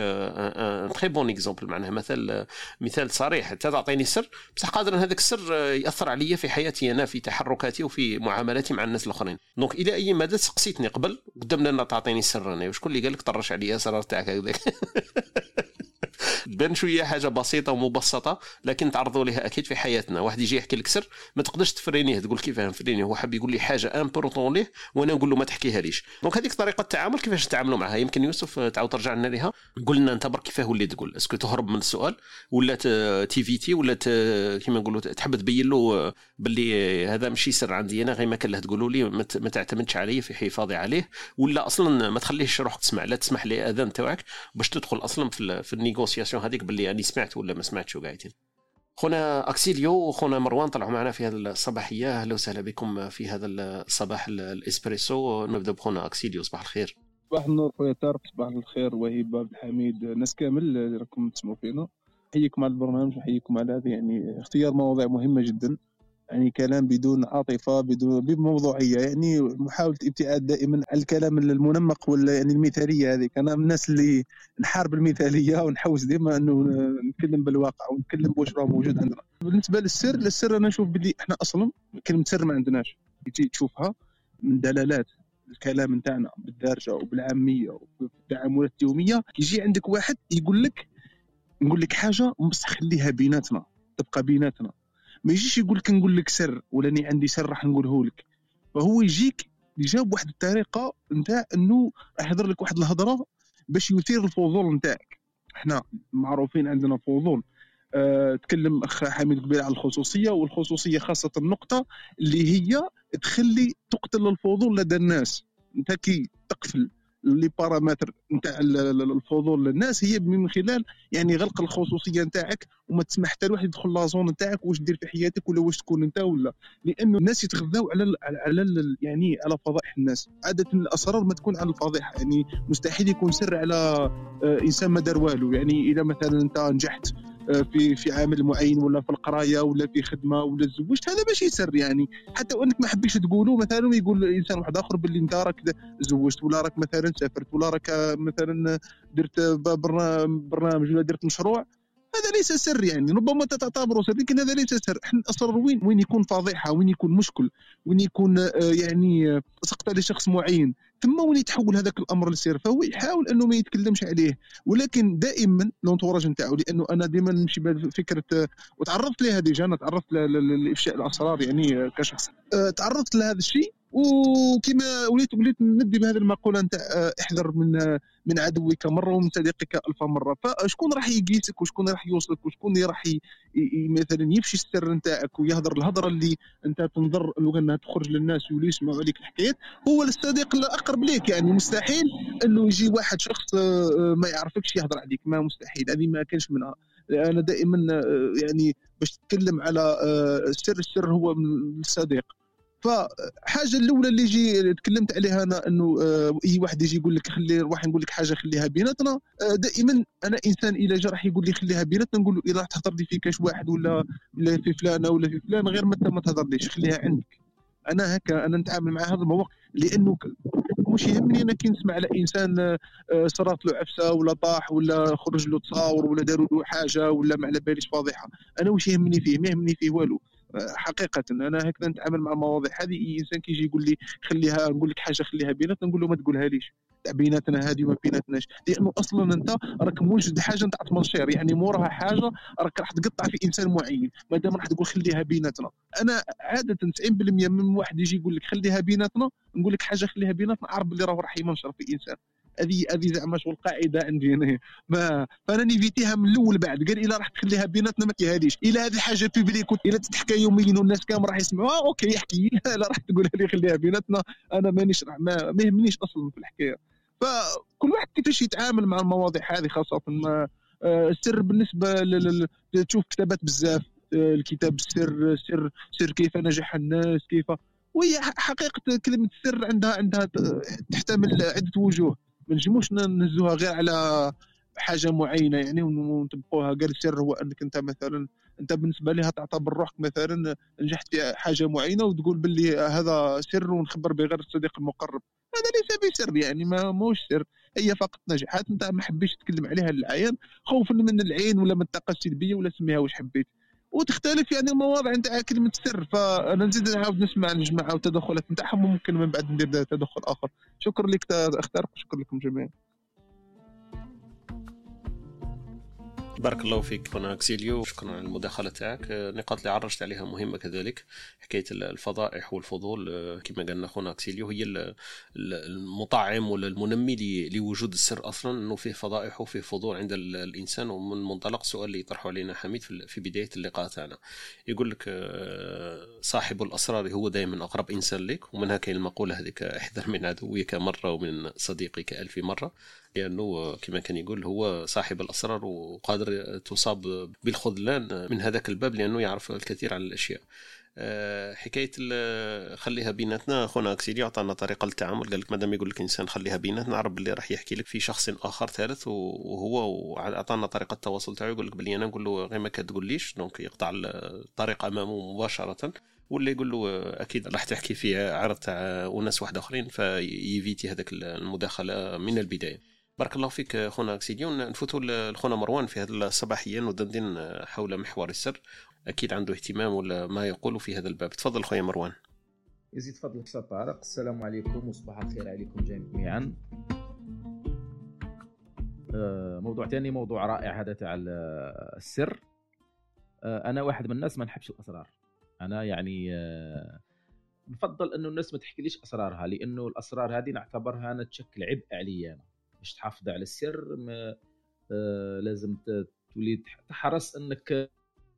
تري بون اكزامبل معناها مثال صريح انت تعطيني سر بصح قادر ان هذاك السر ياثر عليا في حياتي انا في تحركاتي وفي معاملاتي مع الناس الاخرين. دونك الى اي مدى سقسيتني قبل قدامنا تعطيني سر انا وشكون اللي قال لك طرش عليا اسرار تاعك هكذاك تبان شويه حاجه بسيطه ومبسطه لكن تعرضوا لها اكيد في حياتنا. واحد يجي يحكي لك سر ما تقدرش تفرينيه تقول كيف نفرينيه هو حاب يقول لي حاجه امبورطون ليه وانا نقول له ما تحكيها ليش. دونك هذيك طريقه التعامل كيفاش نتعاملوا معها. يمكن يوسف تعاود ترجع لنا ليها قلنا انت برك كيفاه وليت تقول اسكو تهرب من السؤال ولا تيفيتي ولا كيما نقولوا تحب تبين له باللي هذا ماشي سر عندي انا غير ما كان له تقولوا لي ما تعتمدش عليه في حفاظي عليه ولا اصلا ما تخليهش روحك تسمع لا تسمح لي اذان تاعك باش تدخل اصلا في النيغوسياسيون كيستيون هذيك باللي يعني سمعت ولا ما سمعتش قاعدين. خونا اكسيليو وخونا مروان طلعوا معنا في هذه الصباحيه. اهلا وسهلا بكم في هذا الصباح الاسبريسو. نبدا بخونا اكسيليو. صباح الخير. صباح النور خويا طارق، صباح الخير وهيب عبد الحميد، ناس كامل اللي راكم تسمعوا فينا. نحييكم على البرنامج ونحييكم على هذه يعني اختيار مواضيع مهمه جدا، يعني كلام بدون عاطفه بموضوعيه، يعني محاوله ابتعاد دائما عن الكلام المنمق ولا يعني المثاليه. هذيك انا من الناس اللي نحارب المثاليه ونحوس ديما انه نتكلم بالواقع ونتكلم واش راه موجود عندنا. بالنسبه للسر انا نشوف باللي احنا اصلا كلمه سر ما عندناش. تجي تشوفها من دلالات الكلام نتاعنا بالدارجه وبالعاميه وبالتعاملات اليوميه، يجي عندك واحد يقول لك نقول لك حاجه بصح خليها بيناتنا، تبقى بيناتنا. ما يجيش يقول لك نقول لك سر ولا اني عندي سر راح نقوله لك. فهو يجيك يجاوب واحد الطريقه نتاع انه راح يهضر لك واحد الهضره باش يثير الفضول نتاعك. احنا معروفين عندنا فضول. تكلم اخ حميد قبيل على الخصوصيه، والخصوصيه خاصه النقطه اللي هي تخلي تقتل الفضول لدى الناس. انت كي تقفل لي بارامتر نتاع الفضول للناس هي من خلال يعني غلق الخصوصيه نتاعك، وما تسمح حتى لواحد يدخل لازون نتاعك واش دير في حياتك ولا واش تكون انت ولا. لانه الناس يتغذاو على يعني على فضائح الناس. عاده الاسرار ما تكون على الفضيحه، يعني مستحيل يكون سر على انسان ما دار والو. يعني اذا مثلا انت نجحت في عمل معين ولا في القرايه ولا في خدمه ولا تزوجت، هذا ماشي سر. يعني حتى وانك ما حبيش تقوله مثلا يقول انسان واحد اخر باللي انت راك تزوجت ولا راك مثلا سافرت ولا راك مثلا درت برنامج ولا درت مشروع، هذا ليس سر. يعني ربما تعتبره سر لكن هذا ليس سر. احنا الاسرار وين يكون فضيحه، وين يكون مشكل، وين يكون يعني سقطه لشخص معين، ثم وين يتحول هذاك الامر لسر. فهو يحاول انه ما يتكلمش عليه، ولكن دائما لونتوراج نتاعو. لانه انا دائما نمشي بفكره وتعرضت لها ديجا. انا تعرضت لافشاء الاسرار يعني كشخص، تعرضت لهذا الشيء. وكما وليت ندي بهذه المقوله نتاع احذر من عدوك مره ومن صديقك الف مره. فشكون راح يقيسك وشكون راح يوصلك وشكون راح مثلا يفشي السر نتاعك ويهضر الهضره اللي انت تنظر انها تخرج للناس ويولي يسمعوا عليك الحكايات؟ هو الصديق الاقرب ليك. يعني مستحيل انه يجي واحد شخص ما يعرفكش يهضر عليك، ما مستحيل. هذه ما كانش منها. انا دائما يعني باش تتكلم على السر هو من الصديق. فحاجه الاولى اللي جي تكلمت عليها انا انه اي واحد يجي يقول لك خلي روح نقول لك حاجه خليها بيناتنا. دائما انا انسان اذا جا راح يقول لي خليها بيناتنا نقول له اذا راح تهضر لي في كاش واحد ولا في فلانه ولا في فلان غير ما تهضرليش، خليها عندك. انا هكا انا نتعامل مع هذا الموضوع. لانه مش يهمني انا كي نسمع على انسان صارت له عفسه ولا طاح ولا خرج له تصاور ولا داروا له حاجه ولا ما على باليش فضيحه. انا واش يهمني فيه؟ ما يهمني فيه والو حقيقه. انا هكذا نتعامل مع المواضيع هذه. انسان كيجي يقول لي خليها نقول لك حاجه خليها بيناتنا، نقول له ما تقولها ليش بيناتنا هذه وما بيناتناش. لانه اصلا انت راك موجد حاجه نتاع تمنشير، يعني موراها حاجه راك راح تقطع في انسان معين ما دام راح تقول خليها بيناتنا. انا عاده 90% من واحد يجي يقول لك خليها بيناتنا نقول لك حاجه خليها بيناتنا عارف اللي راح يمنشر في انسان. هذه زعما شغل قاعده عندي انا. ما فانا نيفيتيها من الاول. بعد قال الا راح تخليها بيناتنا ما تيهاليش. الا هذه حاجه بيبليك الا تتحكى يوميا والناس كامل راح يسمعوها اوكي يحكي. لا راح تقولها لي خليها بيناتنا انا مانيش ما يهمنيش اصلا في الحكايه. فكل واحد كيفاش يتعامل مع المواضيع هذه خاصه. السر بالنسبه تشوف كتابات بزاف الكتاب سر كيف نجح الناس كيف. وهي حقيقه كلمه السر عندها تحتمل عده وجوه. ما نجموش نهزوها غير على حاجه معينه يعني ونطبقوها. قال السر هو انك انت مثلا انت بالنسبه لها تعتبر روحك مثلا نجحت في حاجه معينه وتقول باللي هذا سر ونخبر به غير الصديق المقرب. هذا ليس بسر يعني ما موش سر. هي فقط نجاحات انت ما حبيتش تتكلم عليها للعيان خوفا من العين ولا من الطاقه السلبيه ولا سميها واش حبيت. وتختلف يعني المواضيع نتاع كلمه السر. فانا نزيد نعاود نسمع الجماعه والتدخلات نتاعهم وممكن من بعد ندير تدخل اخر. شكرا لك اختار. شكرا لكم جميعا. بارك الله فيك خونا اكسيليو. شكرا على المداخله تاعك. النقاط اللي عرجت عليها مهمه كذلك. حكايه الفضائح والفضول كما قالنا خونا اكسيليو هي المطعم ولا المنمي لوجود السر اصلا انه فيه فضائح وفيه فضول عند الانسان. ومن منطلق السؤال اللي يطرحه علينا حميد في بدايه اللقاء تاعنا يقول لك صاحب الاسرار هو دائما اقرب انسان لك. ومنها كاين المقوله هذيك احذر من عدوك مره ومن صديقك 1000 مره. لأنه كما كان يقول هو صاحب الأسرار وقادر تصاب بالخذلان من هذاك الباب لأنه يعرف الكثير عن الأشياء. حكاية خليها بيناتنا، خونا أكسيدي أعطانا طريقة للتعامل، قال لك مادام يقول لك إنسان خليها بيناتنا، عرب اللي راح يحكي لك في شخص آخر ثالث وهو أعطانا طريقة التواصل تاعو، يقول لك بلي أنا نقول له غير ما كتقوليش، دونك يقطع الطريق أمامه مباشرة، واللي يقول له أكيد راح تحكي فيه عرض تاع وناس واحد آخرين، فيفيتي هذاك المداخلة من البداية. بارك الله فيك خونا أكسيديون. نفوتوا لخونا مروان في هذه الصباحية ندندن حول محور السر، أكيد عنده اهتمام ولا ما يقول في هذا الباب. تفضل خويا مروان. يزيد فضلك أستاذ طارق. السلام عليكم وصباح الخير عليكم جميعا. موضوع تاني، موضوع رائع هذا تاع السر. أنا واحد من الناس ما نحبش الأسرار. أنا يعني نفضل أنه الناس ما تحكيليش أسرارها، لأنه الأسرار هذه نعتبرها أنا تشكل عبء علي أنا. باش تحافظ على السر لازم تولي تحرص أنك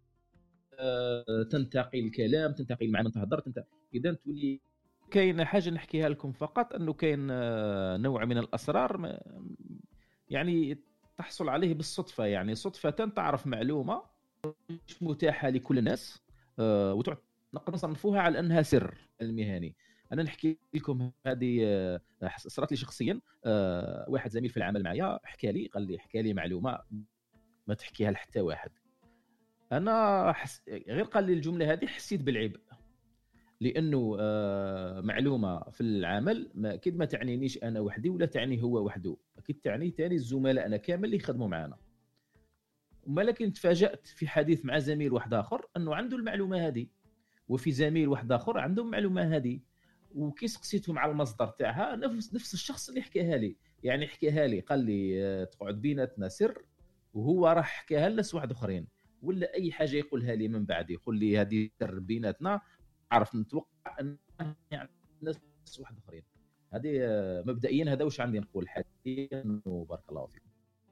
تنتقي الكلام، تنتقي مع من تهضر، إذا تولي كاين حاجة نحكيها لكم فقط، أنه كاين نوع من الأسرار يعني تحصل عليه بالصدفة، يعني صدفة تعرف معلومة مش متاحة لكل الناس نقدر نصنفوها على أنها سر المهني. أنا نحكي لكم هذه صارت لي شخصيا. واحد زميل في العمل معايا قال لي معلومة ما تحكيها لحتى واحد. أنا غير قال لي الجملة هذه حسيت بالعبء، لأنه معلومة في العمل أكيد ما تعنينيش أنا وحدي ولا تعني هو وحده، أكيد تعني تاني الزملاء أنا كامل اللي يخدموا معنا. ولكن تفاجأت في حديث مع زميل واحد آخر أنه عنده المعلومة هذه، وفي زميل واحد آخر عنده المعلومة هذه، وكي سقسيتهم على المصدر تاعها نفس الشخص اللي حكاها لي. يعني حكاها لي قال لي تقعد بيناتنا سر، وهو راح حكاها لناس واحد آخرين، ولا أي حاجة يقولها لي من بعد يقول لي هذه سر بيناتنا، عرف نتوقع أن يعني ناس واحد آخرين. هذه مبدئيا هذا واش عندي نقول حاليا، وبارك الله فيكم.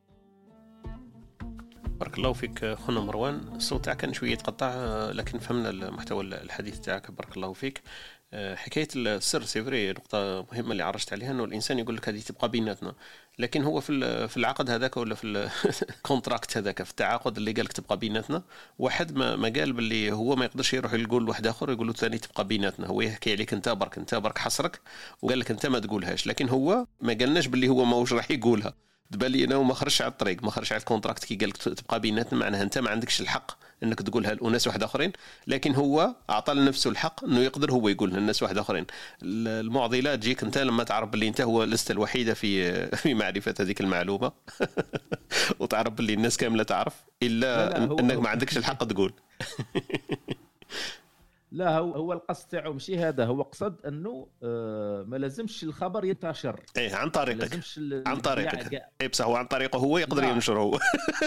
بارك الله فيك خونا مروان. الصوت تاعك كان شويه يتقطع لكن فهمنا المحتوى الحديث تاعك، بارك الله فيك. حكايه السر سيفري نقطه مهمه اللي عرجت عليها، انه الانسان يقول لك هذه تبقى بيناتنا، لكن هو في العقد هذاك ولا في الكونتراكت هذاك، في التعاقد اللي قال لك تبقى بيناتنا، واحد ما قال باللي هو ما يقدرش يروح يقول لواحد اخر يقول له ثاني تبقى بيناتنا. هو يحكي عليك انت برك حصرك وقال لك انت ما تقولهاش، لكن هو ما قالناش باللي هو ماهوش راح يقولها. دبالي انا وما خرجش على الطريق، ما خرجش على الكونتراكت كي قالك تبقى بيناتنا، معناها انت ما عندكش الحق انك تقولها لناس واحد اخرين، لكن هو اعطى لنفسه الحق انه يقدر هو يقولها للناس واحد اخرين. المعضله تجيك انت لما تعرف باللي انت هو لست الوحيده في معرفه هذيك المعلومه وتعرف باللي الناس كامله تعرف الا انك ما عندكش الحق تقول. لا هو القصد تاعو ماشي هذا، هو قصد انه ما لازمش الخبر ينتشر. ايه عن طريقك، عن طريقك. ايه بصح هو عن طريقه هو يقدر ينشره.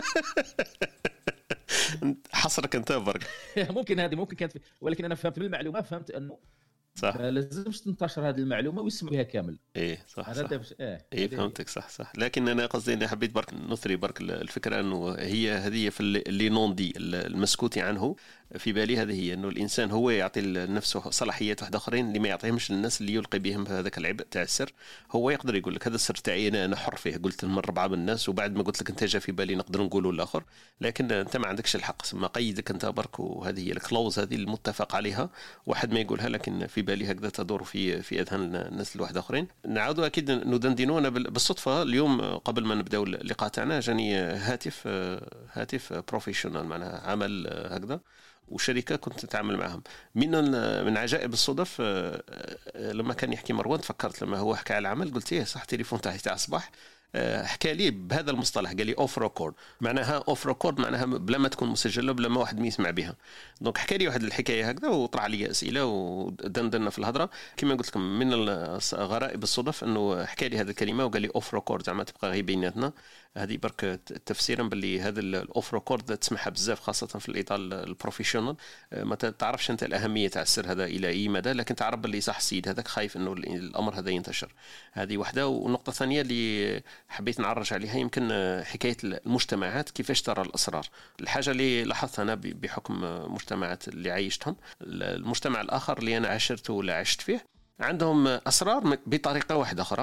حصرك انت برك. ممكن كانت ولكن انا فهمت بالمعلومه، فهمت انه صح ما لازمش تنتشر هذه المعلومه ويسمعوا بها كامل. ايه صح ايه فهمتك صح. لكن انا قصدي اني حبيت برك نثري برك الفكره انه هي هذه في اللي نون دي المسكوت عنه في بالي، هذه هي انه الانسان هو يعطي لنفسه صلاحيات واحد اخرين اللي ما يعطيهمش للناس اللي يلقي بهم هذاك العبء تاع السر. هو يقدر يقول لك هذا السر تاعي انا حر فيه، قلت من 4 من الناس وبعد ما قلت لك انت جا في بالي نقدر نقوله للاخر، لكن انت ما عندكش الحق، ما قيدك انت برك. وهذه هي الكلوز هذه المتفق عليها، واحد ما يقولها لكن في بالي هكذا تدور في اذهان الناس الواحد اخرين. نعود اكيد ندندنوا. انا بالصدفه اليوم قبل ما نبداو اللقاء تاعنا جاني هاتف بروفيشنال، معناها عمل هكذا، وشركه كنت نتعامل معهم. من عجائب الصدف لما كان يحكي مروان تفكرت لما هو حكى على العمل، قلت ايه صح تليفون تاعي تاع الصباح حكى لي بهذا المصطلح، قال لي اوف ريكورد. معناها اوف ريكورد معناها بلا ما تكون مسجله، بلا ما واحد ما يسمع بها. دونك حكى لي واحد الحكايه هكذا وطرح لي اسئله ودندنا في الهضره. كما قلت لكم من غرائب الصدف انه حكى لي هذه الكلمه وقال لي اوف ريكورد، زعما تبقى غير بيناتنا. هذه برك تفسيرا باللي هذا الاوف ريكورد تسمعها بزاف خاصه في الاطار البروفيشنال. ما تعرفش انت الاهميه تاع السر هذا الى اي مدى، لكن تعرف باللي صح السيد هذاك خايف انه الامر هذا ينتشر. هذه واحده. والنقطه الثانيه اللي حبيت نعرج عليها يمكن حكايه المجتمعات كيفاش ترى الاسرار. الحاجه اللي لاحظتها انا بحكم مجتمعات اللي عايشتهم، المجتمع الاخر اللي انا عاشرته ولا عشت فيه عندهم اسرار بطريقه واحده اخرى،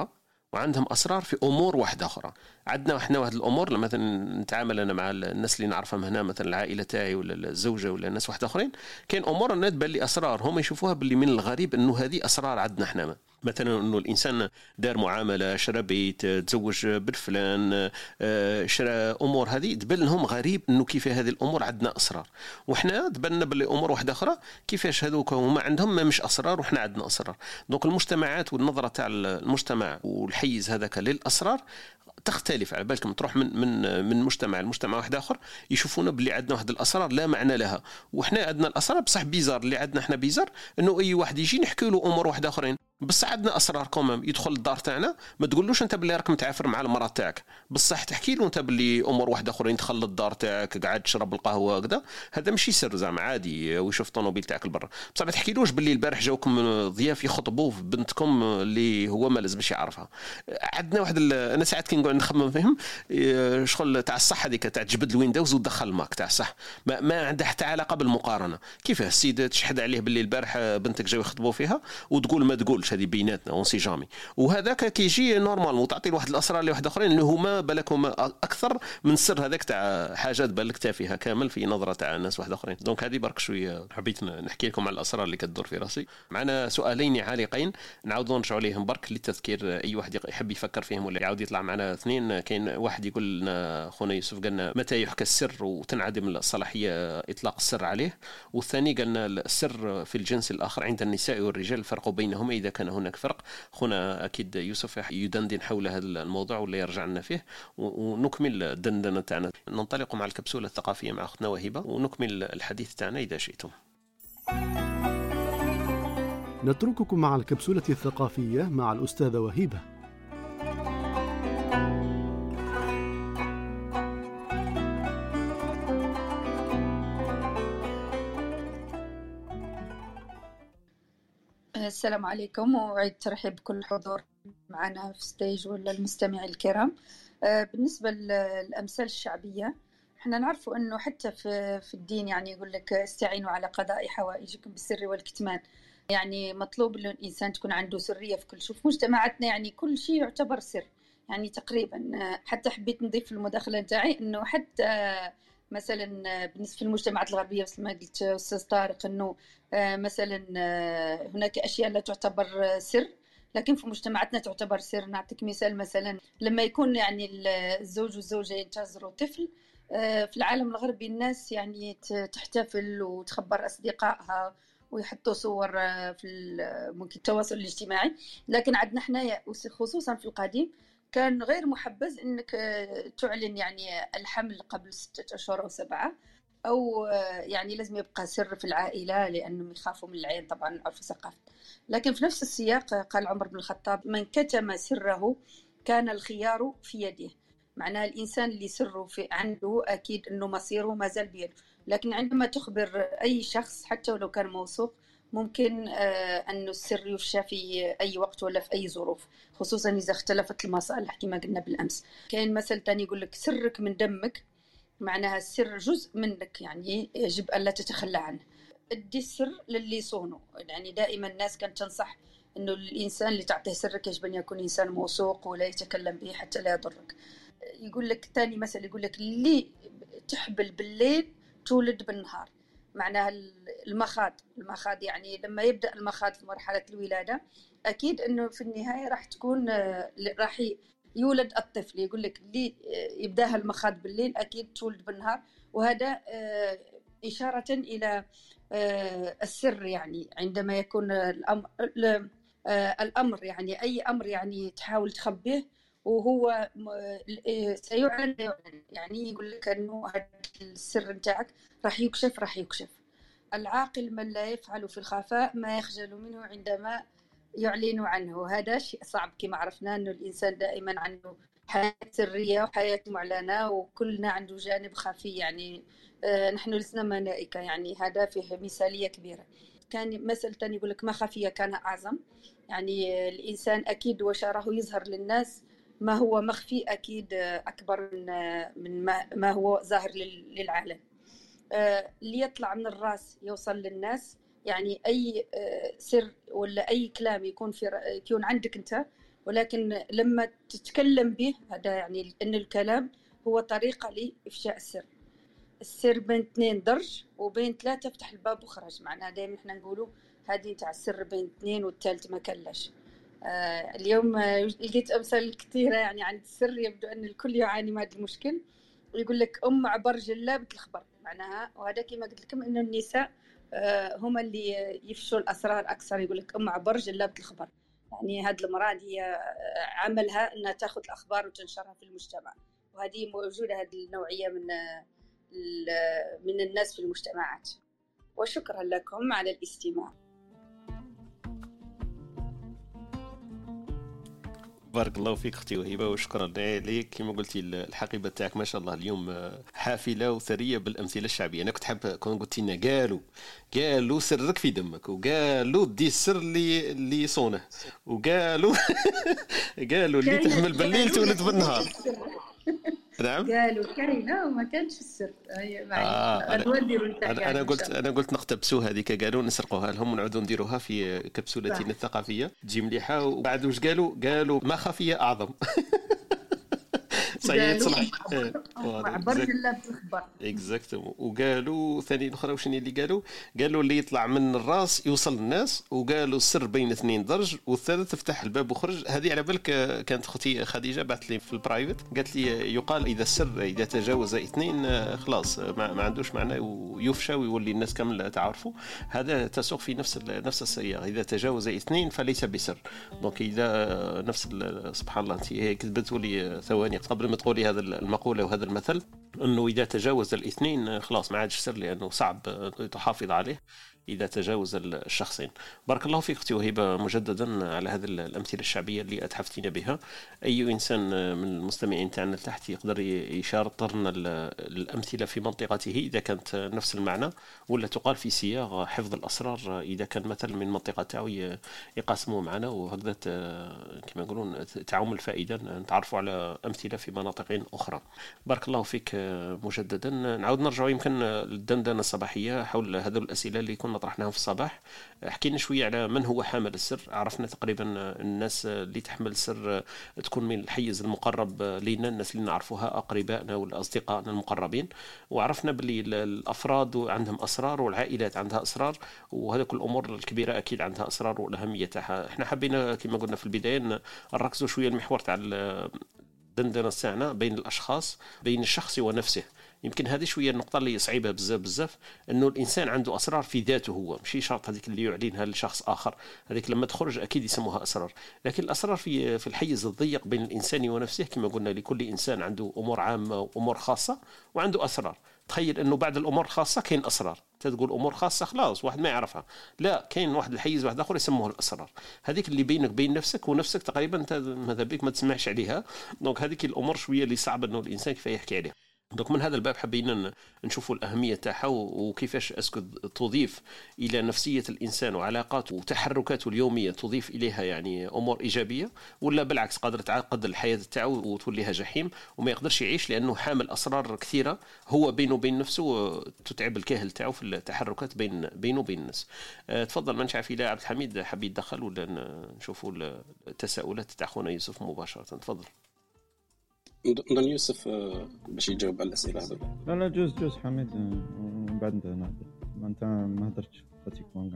وعندهم أسرار في أمور واحدة أخرى. عندنا إحنا واحد الأمور مثلا نتعامل أنا مع الناس اللي نعرفهم هنا، مثلا العائلة تاعي ولا الزوجة ولا الناس واحد آخرين، كان أمور الناس تبان لي أسرار هم يشوفوها باللي من الغريب إنه هذه أسرار عندنا إحنا. مثلا انه الانسان دار معامله، شرى بيت، تزوج بالفلان، شرى امور هذه تبان لهم غريب انه كيف هذه الامور عندنا اسرار، وحنا تبان باللي امور واحده اخرى كيفاش هذوك هما عندهم ما مش اسرار وحنا عندنا اسرار. دونك المجتمعات والنظره تاع المجتمع والحيز هذاك للاسرار تختلف. على بالكم تروح من مجتمع لمجتمع واحد اخر يشوفونا باللي عندنا واحد الاسرار لا معنى لها، وحنا عندنا الاسرار بصح بيزار. اللي عندنا احنا بيزار انه اي واحد يجي نحكي له امور واحده اخرين، بس عندنا اسرار كومام. يدخل الدار تاعنا ما تقولوش انت باللي راك متعافر مع المراه تاعك، بصح تحكي له انت باللي امور واحده اخرين. دخل للدار تاعك قاعد تشرب القهوه هكذا، هذا ماشي سر زعما عادي، ويشوف الطوموبيل تاعك لبرا. بصح ما تحكيلوش باللي البارح جاوكم ضياف يخطبوا في بنتكم اللي هو ما لازمش يعرفها. عندنا واحد انا ساعات كي نقعد نخمم فيهم شغل تاع الصح هذيك تاع تجبد الويندوز وتدخل الماك تاع الصح، ما عندها حتى علاقه بالمقارنه. كيفاه السيد تشحد عليه باللي البارح بنتك جاو يخطبوا فيها وتقول ما تقولش، هذه بيناتنا اون سي جامي. وهذاك كيجي نورمال وتعطي لواحد الاسرار لواحد اخرين اللي هما بالك هما اكثر من السر هذاك تاع حاجات بالك تافهه كامل في نظره تاع ناس واحد اخرين. دونك هذه برك شويه حبيت نحكي لكم على الاسرار اللي كتدور في راسي. معنا سؤالين عالقين نعاودوا نرجعوا ليهم برك للتذكير، اي واحد يحب يفكر فيهم ولا يعاود يطلع معنا اثنين. كاين واحد يقول لنا خونا يوسف قالنا متى يحكى السر وتنعدم الصلاحيه اطلاق السر عليه، والثاني قالنا السر في الجنس الاخر عند النساء والرجال الفرق بينهما اذا كان هناك فرق. خونا اكيد يوسف يدندن حول هذا الموضوع ولا يرجع لنا فيه ونكمل الدندنه تاعنا. ننطلق مع الكبسوله الثقافيه مع اختنا وهبه ونكمل الحديث تاعنا اذا شئتم. نترككم مع الكبسوله الثقافيه مع الاستاذه وهبه. السلام عليكم، وأعيد ترحيب بكل حضور معنا في ستيج ولا المستمعين الكرام. بالنسبة للأمثال الشعبية، احنا نعرفوا أنه حتى في الدين يعني يقول لك استعينوا على قضاء حوائجكم بالسر والكتمان. يعني مطلوب أن الإنسان تكون عنده سرية في كل شيء. في مجتمعاتنا يعني كل شيء يعتبر سر يعني تقريبا. حتى حبيت نضيف في المداخلة نتاعي أنه حتى مثلا بالنسبة للمجتمعات الغربية مثل ما قلت أستاذ طارق أنه مثلا هناك أشياء لا تعتبر سر لكن في مجتمعاتنا تعتبر سر. نعطيك مثال، مثلا لما يكون يعني الزوج والزوجة ينتظروا طفل، في العالم الغربي الناس يعني تحتفل وتخبر أصدقائها ويحطوا صور في ممكن التواصل الاجتماعي. لكن عندنا احنا خصوصا في القديم كان غير محبذ انك تعلن يعني الحمل قبل 6 أشهر أو 7، أو يعني لازم يبقى سر في العائلة لأنهم يخافوا من العين، طبعا نعرف ثقافة. لكن في نفس السياق قال عمر بن الخطاب من كتم سره كان الخيار في يده. معناها الإنسان اللي سره في عنده أكيد أنه مصيره ما زال بيده، لكن عندما تخبر أي شخص حتى ولو كان موثوق ممكن أن السر يفشى في أي وقت ولا في أي ظروف، خصوصا إذا اختلفت المصالح كما قلنا بالأمس. كاين مثل تاني يقول لك سرك من دمك، معناها السر جزء منك يعني يجب ألا تتخلى عنه. ادي السر للي يصونه. يعني دائما الناس كانت تنصح أنه الإنسان اللي تعطيه سرك يجب أن يكون إنسان موثوق ولا يتكلم به حتى لا يضرك. يقول لك تاني مثل يقول لك اللي تحبل بالليل تولد بالنهار. معناها المخاض يعني لما يبدأ المخاض في مرحلة الولادة أكيد أنه في النهاية راح تكون راح يولد الطفل. يقول لك اللي يبداها المخاض بالليل أكيد تولد بالنهار، وهذا إشارة إلى السر. يعني عندما يكون الأمر يعني أي أمر يعني تحاول تخبيه وهو سيعلن. يعني يقول لك أنه هذا السر نتاعك راح يكشف. العاقل من لا يفعل في الخفاء ما يخجل منه عندما يعلن عنه. هذا شيء صعب كما عرفنا أنه الإنسان دائما عنده حياة سرية وحياة معلنة وكلنا عنده جانب خفي. يعني نحن لسنا ملائكة، يعني هذا فيه مثالية كبيرة. كان مثل تاني يقول لك ما خفي كان أعظم. يعني الإنسان أكيد وشره يظهر للناس، ما هو مخفي أكيد أكبر من ما هو ظاهر للعالم. اللي يطلع من الراس يوصل للناس. يعني أي سر ولا أي كلام يكون عندك أنت ولكن لما تتكلم به هذا يعني أن الكلام هو طريقة لإفشاء السر. السر بين 2 درج وبين 3 فتح الباب وخرج. معناها دائما احنا نقولوا هذه تاع السر بين 2 والثالث ما كلاش. اليوم لقيت أمثال كثيرة يعني عن السر، يبدو أن الكل يعاني من هذا المشكل. يقول لك عبر جلابة الخبر، معناها وهذا كما قلت لكم إنه النساء هما اللي يفشوا الأسرار أكثر. يقول لك عبر جلابة الخبر، يعني هذه المرأة هي عملها أنها تأخذ الأخبار وتنشرها في المجتمع، وهذه موجودة هذه النوعية من الناس في المجتمعات. وشكرا لكم على الاستماع. بارك الله فيك اختي وهبه، وشكرا لك. كما قلتي الحقيبه تاعك ما شاء الله اليوم حافله وثريه بالامثله الشعبيه. انا كنت حاب كون قلتي لنا قالوا سرك في دمك، وقالوا دي السر اللي صونه، وقالوا قالوا اللي تحمل بالليل تولد بالنهار. نعم قالوا كرينا وما كانش السر. انا قلت نقتبسوا هذيك، قالوا نسرقوها لهم ونعودوا نديروها في كبسولتنا الثقافيه تجي مليحه. وبعد واش قالوا ما خفيه اعظم. صحيح صح. عبر جلابة الخبر اكزاكتومون. وقالوا ثاني اخرى وشنو اللي قالوا اللي يطلع من الراس يوصل للناس، وقالوا السر بين 2 درج والثالث تفتح الباب وخرج. هذه على بالك كانت اختي خديجه بعثت لي في البرايفت، قالت لي يقال اذا السر اذا تجاوز 2 خلاص ما عندوش معنى ويفشى ويولي الناس كامل تعرفوا. هذا تسوق في نفس السياق، اذا تجاوز 2 فليس بسر. دونك اذا نفس سبحان الله انت كتبتوا لي ثواني قبل ما تقولي هذا المقولة وهذا المثل، أنه إذا تجاوز 2 خلاص ما عادش سر، لأنه صعب تحافظ عليه إذا تجاوز الشخصين. بارك الله فيك أختي وهبة مجددا على هذه الأمثلة الشعبية اللي أتحفتينا بها. أي إنسان من المستمعين تاعنا تحت يقدر يشارطرنا الأمثلة في منطقته إذا كانت نفس المعنى، ولا تقال في سياق حفظ الأسرار إذا كان مثل من منطقة تاعو يقاسموه معنا، وهكذا كما يقولون تعم الفائدة نتعرفوا على أمثلة في مناطق أخرى. بارك الله فيك مجددا. نعود نرجع يمكن للدندنة الصباحية حول هذه الأسئلة اللي كنا طرحناها في الصباح. حكينا شوية على من هو حامل السر. عرفنا تقريبا الناس اللي تحمل السر تكون من الحيز المقرب لنا، الناس اللي نعرفوها أقربائنا والأصدقائنا المقربين. وعرفنا باللي الأفراد عندهم أسرار والعائلات عندها أسرار، وهذا كل الأمور الكبيرة أكيد عندها أسرار والأهمية تاعها. احنا حبينا كما قلنا في البداية نركزوا شوية المحور تاع الدندنة تاعنا بين الأشخاص، بين الشخص ونفسه. يمكن هذه شويه النقطه اللي صعيبه بزاف انه الانسان عنده اسرار في ذاته هو، ماشي شرط هذيك اللي يعلنها لشخص اخر، هذيك لما تخرج اكيد يسموها اسرار. لكن الاسرار في الحيز الضيق بين الانسان ونفسه، كما قلنا لكل انسان عنده امور عامه وامور خاصه وعنده اسرار. تخيل انه بعد الامور الخاصه كاين اسرار، تقول امور خاصه خلاص واحد ما يعرفها، لا كاين واحد الحيز واحد اخر يسموه الاسرار. هذيك اللي بينك بين نفسك ونفسك تقريبا انت ماذا بك ما تسمعش عليها. دونك هذيك الامور شويه اللي صعب انه الانسان كيف يحكي عليها. دونك من هذا الباب حبينا نشوفوا الأهمية تاعها وكيفاش تضيف إلى نفسية الإنسان وعلاقاته وتحركاته اليومية، تضيف إليها يعني أمور إيجابية، ولا بالعكس قادر تعقد الحياة تاعو وتوليها جحيم وما يقدرش يعيش لأنه حامل أسرار كثيرة هو بينه وبين نفسه، تتعب الكاهل تاعو في التحركات بينه وبين الناس. تفضل من شاف إلى عبد الحميد حبي يدخل ولا نشوفوا التساؤلات تاع خونا يوسف مباشرة. تفضل. نظن يوسف باش يجاوب على الاسئله هذوك. لا جوز حميد بعد نهضر. ما انت ما هضرتش براتيكمون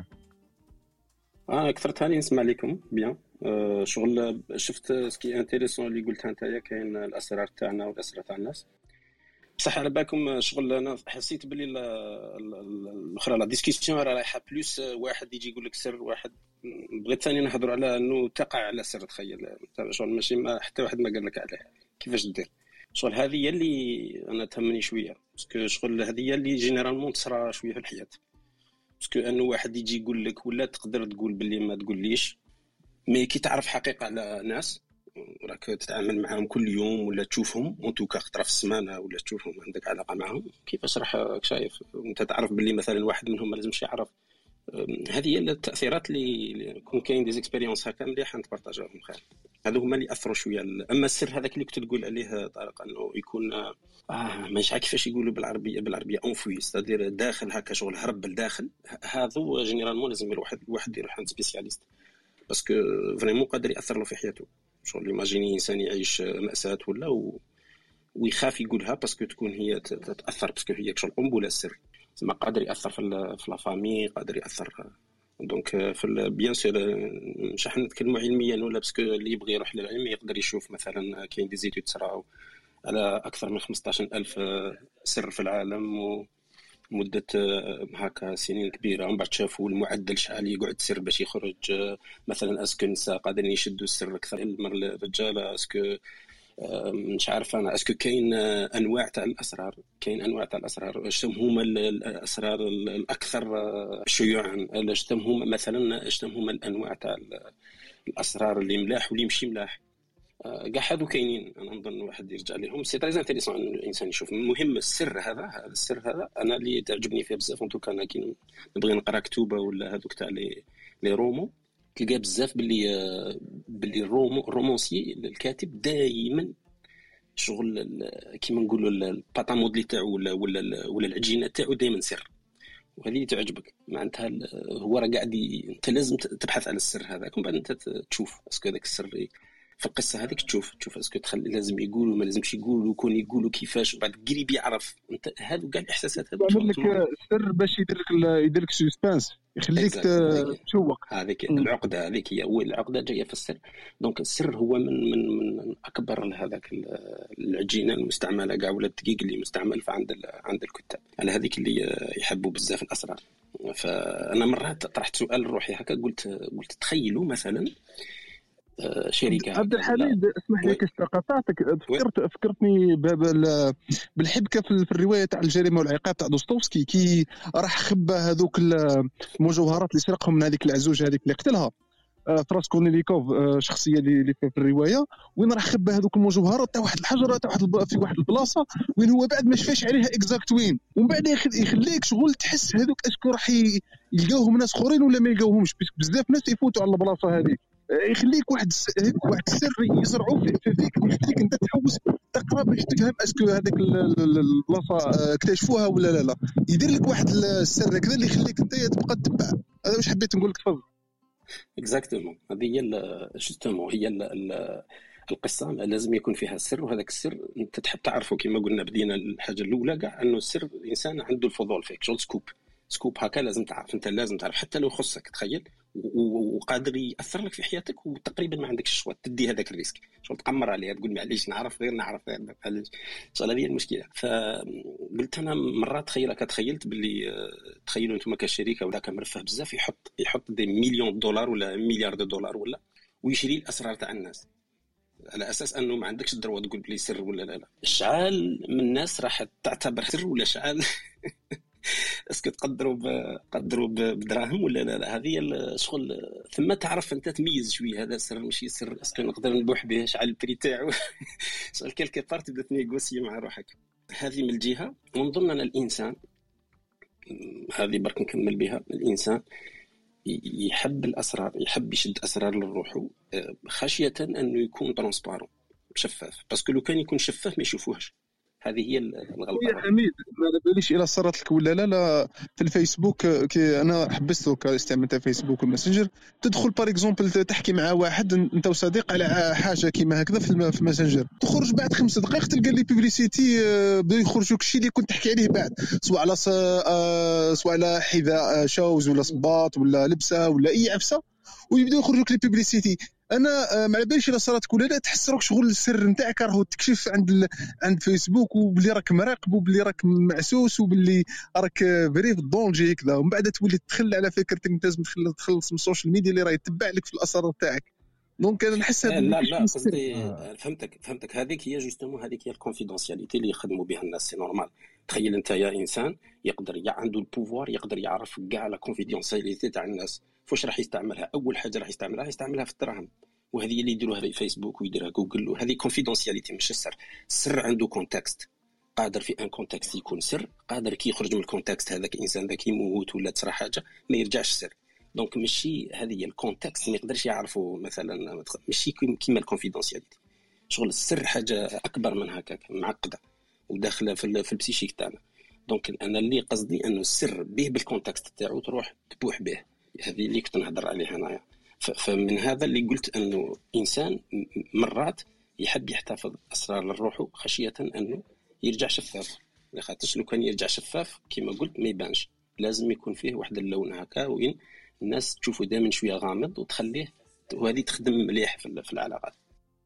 كاع. كثرت هاني نسمع لكم بيان. شغل شفت سكي انتريسون اللي قلتها نتايا، كاين الاسرار تاعنا والاسرار تاع الناس. بصح على بالكم شغل انا حسيت بلي الاخرى لا ديسكسيون رايحه بلوس واحد يجي يقول لك سر واحد. بغيت ثاني نهضر على انه تقع على سر. تخيل شغل ماشي حتى واحد ما قال لك عليه كيفاش دير. شغل هذه هي اللي انا تهمني شويه، باسكو شغل هذه هي اللي جينيرالمون تصرى شويه في الحياه. باسكو انه واحد يجي يقول لك ولا تقدر تقول باللي ما تقوليش، مي كي تعرف حقيقه على ناس راك تتعامل معهم كل يوم ولا تشوفهم وانتو خطره في السمانه ولا تشوفهم عندك علاقه معهم، كيفاش راح شايف انت تعرف باللي مثلا واحد منهم ما لازمش يعرف. هذه هي التاثيرات اللي يكون كاين دي زيكسبيريونس هكا مليح نتبارطاجيوهم خير. هذو هما اللي اثروا شويه. اما السر هذاك اللي كنت تقول عليه طارق انه يكون ماشي كيفاش يقولوا بالعربيه اونفوي، استدير داخل هكا شغل هرب لداخل. هذو جينيرالمون لازم الواحد يروح عند سبيسياليست باسكو فريمون قادر ياثر له في حياته. شغل ايماجيني انسان يعيش مأساة ولا ويخاف يقولها باسكو تكون هي تاثر، باسكو هي شغل قنبله السر، زعما قادر ياثر في لا فامي، قادر ياثر. دونك في بيان سور مش راح نتكلموا علميا ولا، باسكو اللي يبغي يروح للعلم يقدر يشوف مثلا كاين دي زيتود صراو على اكثر من 15,000 سر في العالم ومده هكا سنين كبيره، ومن بعد شافوا المعدل شحال يقعد سر باش يخرج. مثلا اسكو النساء قادرين يشدوا السر اكثر من الرجال، اسكو مش عارف انا، اسكو كاين انواع تاع الاسرار، كاين انواع تاع الاسرار، شتم هما الاسرار الاكثر شيوعا، شتم هما مثلا، شتم هما الانواع تاع الاسرار اللي ملاح واللي ماشي ملاح، كاع هادو كاينين. انا نظن واحد يرجع لهم سي تري انتريسون الانسان يشوف. المهم السر هذا السر هذا انا اللي تعجبني فيه بزاف، انتو كان كي نبغي نقرا كتوبه ولا هذوك تاع لي رومون، تلقى بزاف باللي الرومونسي الكاتب دائما شغل كيما نقولوا الباطا مودلي تاعو ولا العجينه تاعو دائما سر، وهذه تعجبك معناتها. هو راه قاعد انت لازم تبحث على السر هذاك، ومن بعد انت تشوف اسكو هذاك السر في القصه هذيك، تشوف اسكو تخلي لازم يقولوا ما لازمش يقولوا، يكون يقولوا كيفاش، وبعد قريب يعرف انت هادو كاع الاحساسات هذو يعمل لك السر باش يدير لك سسبانس، يخليك تشوق. هذيك العقده، هذيك هي العقده جايه في السر. دونك السر هو من اكبر هذاك العجينه المستعمله كاع، ولا الدقيق اللي مستعمل عند الكتاب، على هذيك اللي يحبوا بزاف الاسرار. فانا مرات طرحت سؤال روحي هكا، قلت تخيلوا مثلا شركه. عبد الحميد اسمح لي قطعتك، فكرتني بالحبكه في الروايه تاع الجريمه والعقاب تاع دوستويفسكي، كي راح خبى هذوك المجوهرات اللي سرقهم من هذيك العزوجه هذيك اللي قتلها تراسكونيليكوف، شخصيه اللي في الروايه، وين راح خبى هذوك المجوهرات تاع واحد الحجره تاع في واحد البلاصه وين هو بعد ما شفاش عليها اكزاكت وين، ومن بعد يخليك شغل تحس هذوك اسكو راح يلقاوهم ناس اخرين ولا ما يلقاوهمش، بزاف ناس يفوتوا على البلاصه هذيك. يخليك واحد السر يزرعوا فيك، ويخليك انت تحوس تقرا باش تفهم اسكو هذيك البلاصه اكتشفوها ولا لا. يدير لك واحد السر كذا اللي يخليك انت تبقى تتبع. هذا واش حبيت نقول لك. تفضل. اكزاكتومون، هذه هي جوستومون هي القصه لازم يكون فيها سر، وهذاك السر انت تحب تعرفه. كما قلنا بدينا الحاجه الاولى كاع انه السر الانسان عنده الفضول فيك، شغل سكوب هكا لازم تعرف، انت لازم تعرف حتى لو يخصك، تخيل، وقادر ياثر لك في حياتك وتقريبا ما عندكش الشوا تدي هذاك الريسك، شغل تقمر عليه تقول معليش نعرف غير علاش. شغل هذه المشكله. فقلت انا مرات تخيلت باللي تخيلوا انتم كشركه ولا كمرفه بزاف يحط دي مليون دولار ولا مليار دولار ولا، ويشري الاسرار تاع الناس على اساس انه ما عندكش الدروه تقول بلي سر ولا لا. شحال من الناس راح تعتبر سر ولا شحال اسكو تقدروا بدراهم ولا لا. هذه الشغل ثم تعرف انت تميز شويه هذا سر ماشي سر، اسكو نقدر نبوح به شحال البري تاعو. شغل كلكي بارت تبدا تنيغوسي مع روحك. هذه من الجهه. ونظن ان الانسان هذه برك نكمل بها، الانسان يحب الاسرار، يحب يشد اسرار لروحه خشيه انه يكون ترانسبارون شفاف، باسكو لو كان يكون شفاف ما يشوفوهش. هذه هي الغلطه. يا حميد ما باليش الى صارت لك ولا لا في الفيسبوك، كي انا حبستو كاستعمال تاع فيسبوك والماسنجر، تدخل بار اكزومبل تحكي مع واحد انت وصديق على حاجه كيما هكذا في الماسنجر، تخرج بعد 5 دقائق تلقى لي بيبليسيتي بدا يخرجوك الشيء اللي كنت تحكي عليه بعد، سواء على حذاء شوز ولا صباط ولا لبسه ولا اي عفسه، ويبداو يخرجوك لي بيبليسيتي. انا ما على باليش الا صارت ولا لا، تحس روك شغل السر نتاعك راهو تكشف عند فيسبوك، وبلي راك مراقب وبلي راك معسوس وبلي راك فري في الدونجي هكذا، ومن بعد تولي تدخل على فكرتك انت لازم تخلص من السوشيال ميديا اللي راه يتبع لك في الاسرار تاعك. دونك انا نحس هذا لا قصدي فهمتك. هذيك هي جوستومون، هذيك هي الكونفيدونسياليتي اللي يخدموا بها الناس. سي نورمال. تخيل انت يا انسان يقدر عنده البوفوار، يقدر يعرف كاع لا كونفيدونسياليتي تاع الناس. فاش راح يستعملها؟ اول حاجه راح يستعملها في الدراهم، وهذه اللي يديروها في فيسبوك ويديرها جوجل، وهذه كونفيدونسياليتي مش السر عنده كونتكست. قادر في ان كونتكست يكون سر، قادر كي يخرج من الكونتكست هذاك الانسان ذاك يموت ولا تصرى حاجه ما يرجعش سر. دونك ماشي هذه الكونتكست ما يقدرش يعرفوا مثلا، ماشي كيما الكونفيدونسياليتي. شغل السر حاجه اكبر من هكاك، معقده وداخله في البسيشيك تاعنا. دونك انا اللي قصدي انه السر به بالكونتكست تاعو تروح تبوح به. هذه اللي كنت نهضر عليها انايا. فمن هذا اللي قلت انه انسان مرات يحب يحتفظ اسرار لروحه خشيه انه يرجع شفاف. لخاطرش لو كان يرجع شفاف كما قلت ما يبانش، لازم يكون فيه واحد اللون هكا وين الناس تشوفه دائما شويه غامض وتخليه، وهذه تخدم مليح في العلاقات.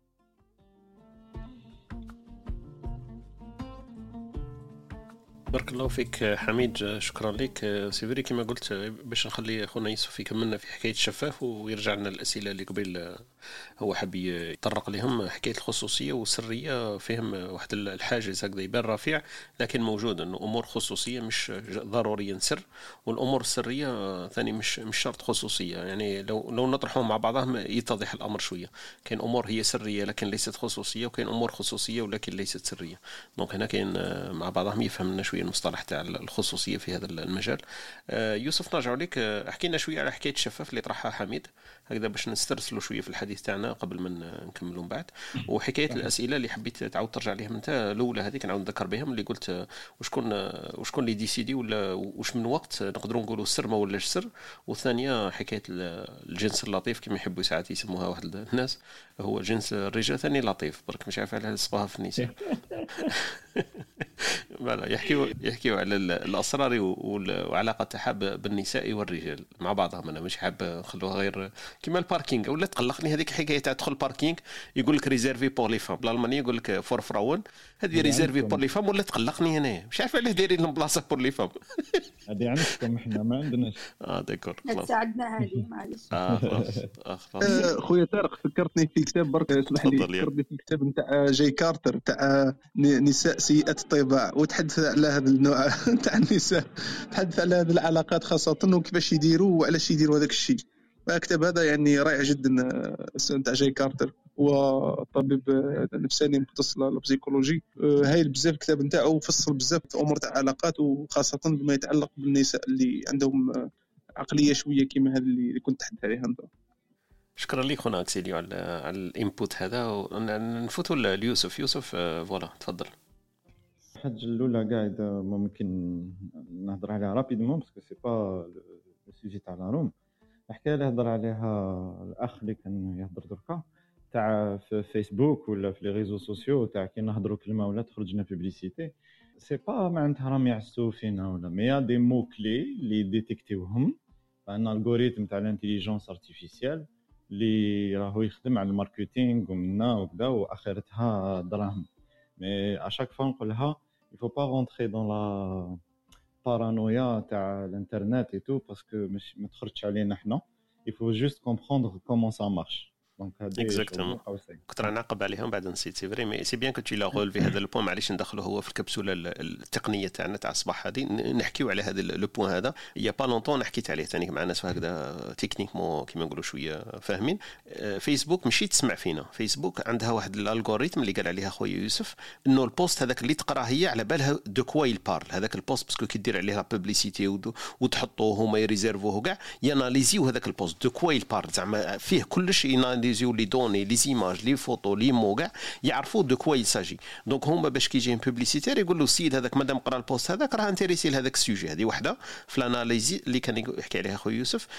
بارك الله فيك حميد، شكرا لك. سيفري كما قلت باش نخلي اخونا يوسف يكملنا في حكايه الشفاف ويرجع لنا الاسئله اللي قبل هو حاب يطرق لهم. حكايه الخصوصيه والسريه فهم واحد الحاجز هكذا يبان رفيع لكن موجود، انه امور خصوصيه مش ضروريا سر، والامور السريه ثاني مش شرط خصوصيه. يعني لو نطرحهم مع بعضهم يتضح الامر شويه. كاين امور هي سريه لكن ليست خصوصيه، وكاين امور خصوصيه ولكن ليست سريه. دونك هنا كاين مع بعضهم يفهم لنا شويه المصطلح تاع الخصوصيه في هذا المجال. يوسف نرجع لك، احكي لنا شويه على حكايه الشفاف اللي طرحها حميد هكذا باش نسترسلوا شويه في الحديث تاعنا قبل ما نكملوا من بعد. وحكايه الاسئله اللي حبيت تعاود ترجع لهم انت، الاولى هذيك نعاود نذكر بهم اللي قلت وشكون اللي ديسيدي ولا واش من وقت نقدروا نقولوا السر ما ولاش سر. والثانيه حكايه الجنس اللطيف كما يحبوا ساعات يسموها واحد الناس، هو جنس الرجال ثاني لطيف برك مش عارف على صباها في النساء. فوالا يحكيوا على الاسرار وعلاقه تاعها بالنساء والرجال مع بعضهم. انا مش حاب نخلوها غير كيما الباركينغ، ولا تقلقني هذيك حكايه تاع تدخل باركينغ يقول لك ريزيرفي بور لي فام، بالالمانيه يقول لك فور فراون، هذه ريزيرفي بور لي فام، ولا تقلقني انا مش عارف علاه دايرين لهم بلاصه بور لي فام. هذه عندكم احنا ما عندناش. داكور خلاص تساعدنا هذه معليش. خلاص خويا طارق فكرتني في كتاب برك اسمح لي، فكرتني في كتاب نتاع جاي كارتر تاع نساء سيئات الطباع، وتحدث على هذا النوع تاع النساء، تحدث على هذه العلاقات خاصه وكيفاش يديروا وعلاش يديروا هذاك الشيء. الكتاب هذا يعني رائع جدا تاع جاي كارتر، وطبيب نفساني مختص للبسيكولوجي، هايل بزاف الكتاب نتاعو، فصل بزاف في امور تاع علاقات وخاصه بما يتعلق بالنساء اللي عندهم عقليه شويه كيما هذه اللي كنت تحدث عليها انت. شكرا لك خونا اكسيليو على الانبوت هذا. نفوتوا ليوسف. يوسف فوالا تفضل. الحاجه الاولى قاعد ممكن نهضر عليها رابيدمون باسكو سي با لو سوجي تاع لا روم. الحكايه اللي هضر عليها الاخ اللي كان يهضر دركا تاع في فيسبوك ولا في لي ريزو سوسيو تاع كي نهضروا كلمه ولا تخرجنا بوبليسيتي، سي با معناتها راهم يعسوا فينا ولا مي دي مو كلي اللي ديتيكتيوهم ان الغوريثم تاع الانتيليجنس ارتيفيسيال اللي راهو يخدم على الماركتينغ ومنا وكذا واخرتها دراهم. مي اشاك فوا نقولها il faut pas rentrer dans la paranoïa تاع الانترنت et tout parce que مش ما تخرجش علينا احنا. il faut juste comprendre comment ça marche. اكزاكتومون كنت نعقب عليهم بعد نسيت. سي فري مي سي بيان كو تو لا رولفي هذا البوين. معليش ندخلوا هو في الكبسوله التقنيه تاعنا تاع الصباح هذه نحكيو على هذا لو بوين هذا. يا با لونطون حكيت عليه ثاني مع ناس هكذا تكنيكمون كيما نقولوا شويه فاهمين. فيسبوك ماشي تسمع فينا، فيسبوك عندها واحد الالغوريثم اللي قال عليها خويا يوسف انه البوست هذاك اللي تقراه هي على بالها دو كوا يبارل هذاك البوست باسكو كي دير عليها بوبليسيتي وتحطوه هما يريزيرفوه كاع ياناليزيو هذاك البوست دو كوا يبارل، زعما فيه كلش ياناليزيو لي دوني لي زيماج لي فوتو لي مو كاع يعرفوا دو كوا يساجي. دونك هما باش كي يجيهم بوبليسيتير يقول له السيد هذاك مادام قرا البوست هذاك راه انتريسي لهذاك السوجي. هذه وحده في الاناليزي اللي كان يحكي عليها خويا يوسف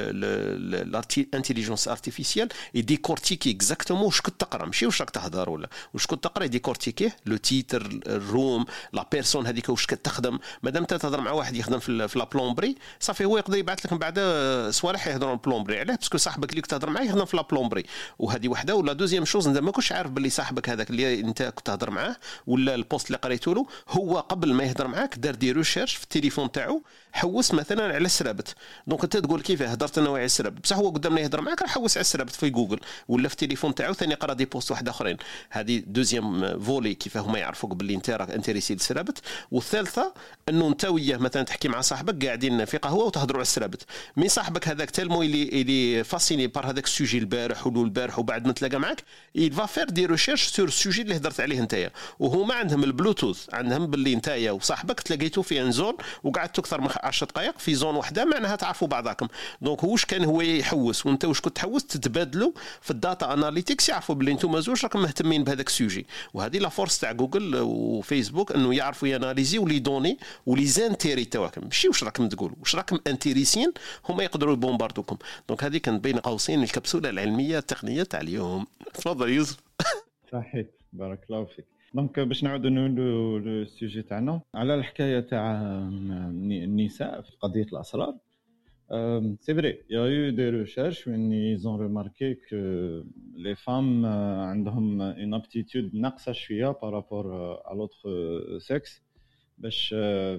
الانتيليجنس ارتيفيسيال يديكورتيكي اكزاكتومون واش كنت تقرا، ماشي واش راك تهضر ولا واش كنت تقرا، يديكورتيكيه لو تيتر الروم لا بيرسون هذيك واش كتخدم. مادام تهضر مع واحد يخدم في لا بلومبري صافي هو يقدر يبعث لك من بعد صوالح يهضروا البلومبري عليه باسكو صاحبك اللي كنت تهضر معاه يخدم في لا بلومبري. وهذه وحده. ولا دوزيام شوز انت ما كنتش عارف باللي صاحبك هذاك اللي انت كنت تهضر معاه ولا البوست اللي قريته له هو قبل ما يهضر معاك دار دي ريشيرش في التليفون تاعو، حوس مثلا على السرابت. دونك انت تقول كيف هضرت انا على السرابت بصح هو قدامنا يهضر معاك راه حوس على السرابت في جوجل ولا في التليفون تاعو ثاني قرا دي بوست واحد اخرين. هذه دوزيام فولي كيف هما يعرفوك باللي انت راك انتريسي للسرابت. والثالثه انه انت وياه مثلا تحكي مع صاحبك قاعدين في قهوه وتهضروا على السرابت، مي صاحبك هذاك تالمو اللي فاسيني بار هذاك السوجي البارح نتقابلوا البارح وبعد ما تلاقى معك يلفا فير دي ريشيرش سور السوجي اللي هضرت عليه نتايا. وهما عندهم البلوتوث، عندهم باللي نتايا وصاحبك تلاقيتوا في ان زون وقعدتوا اكثر من 10 دقائق في زون واحده، معناها تعرفوا بعضكم. دونك واش كان هو يحوس وانت واش كنت تحوس، تتبادلوا في الداتا اناليتيكس، يعرفوا باللي انتم زوج راكم مهتمين بهذاك السوجي. وهذه لا فورس تاع جوجل وفيسبوك، انه يعرفوا ياناليزيو لي دوني ولي زانتيري تاعكم، ماشي واش راكم تقولوا، واش راكم انتريسين، هما يقدروا يبومباردوكم. دونك هذه كانت بين قوسين الكبسوله العلميه التقنيه تاع اليوم. تفضل يوسف. صحيح، بارك الله فيك. دونك باش نعاودوا نولوا للسوجي تاعنا على الحكايه تاع النساء في قضيه الاسرار. C'est vrai, il y a eu des recherches où ils ont remarqué que les femmes عندهم une aptitude ناقصه شويه par rapport à l'autre sexe باش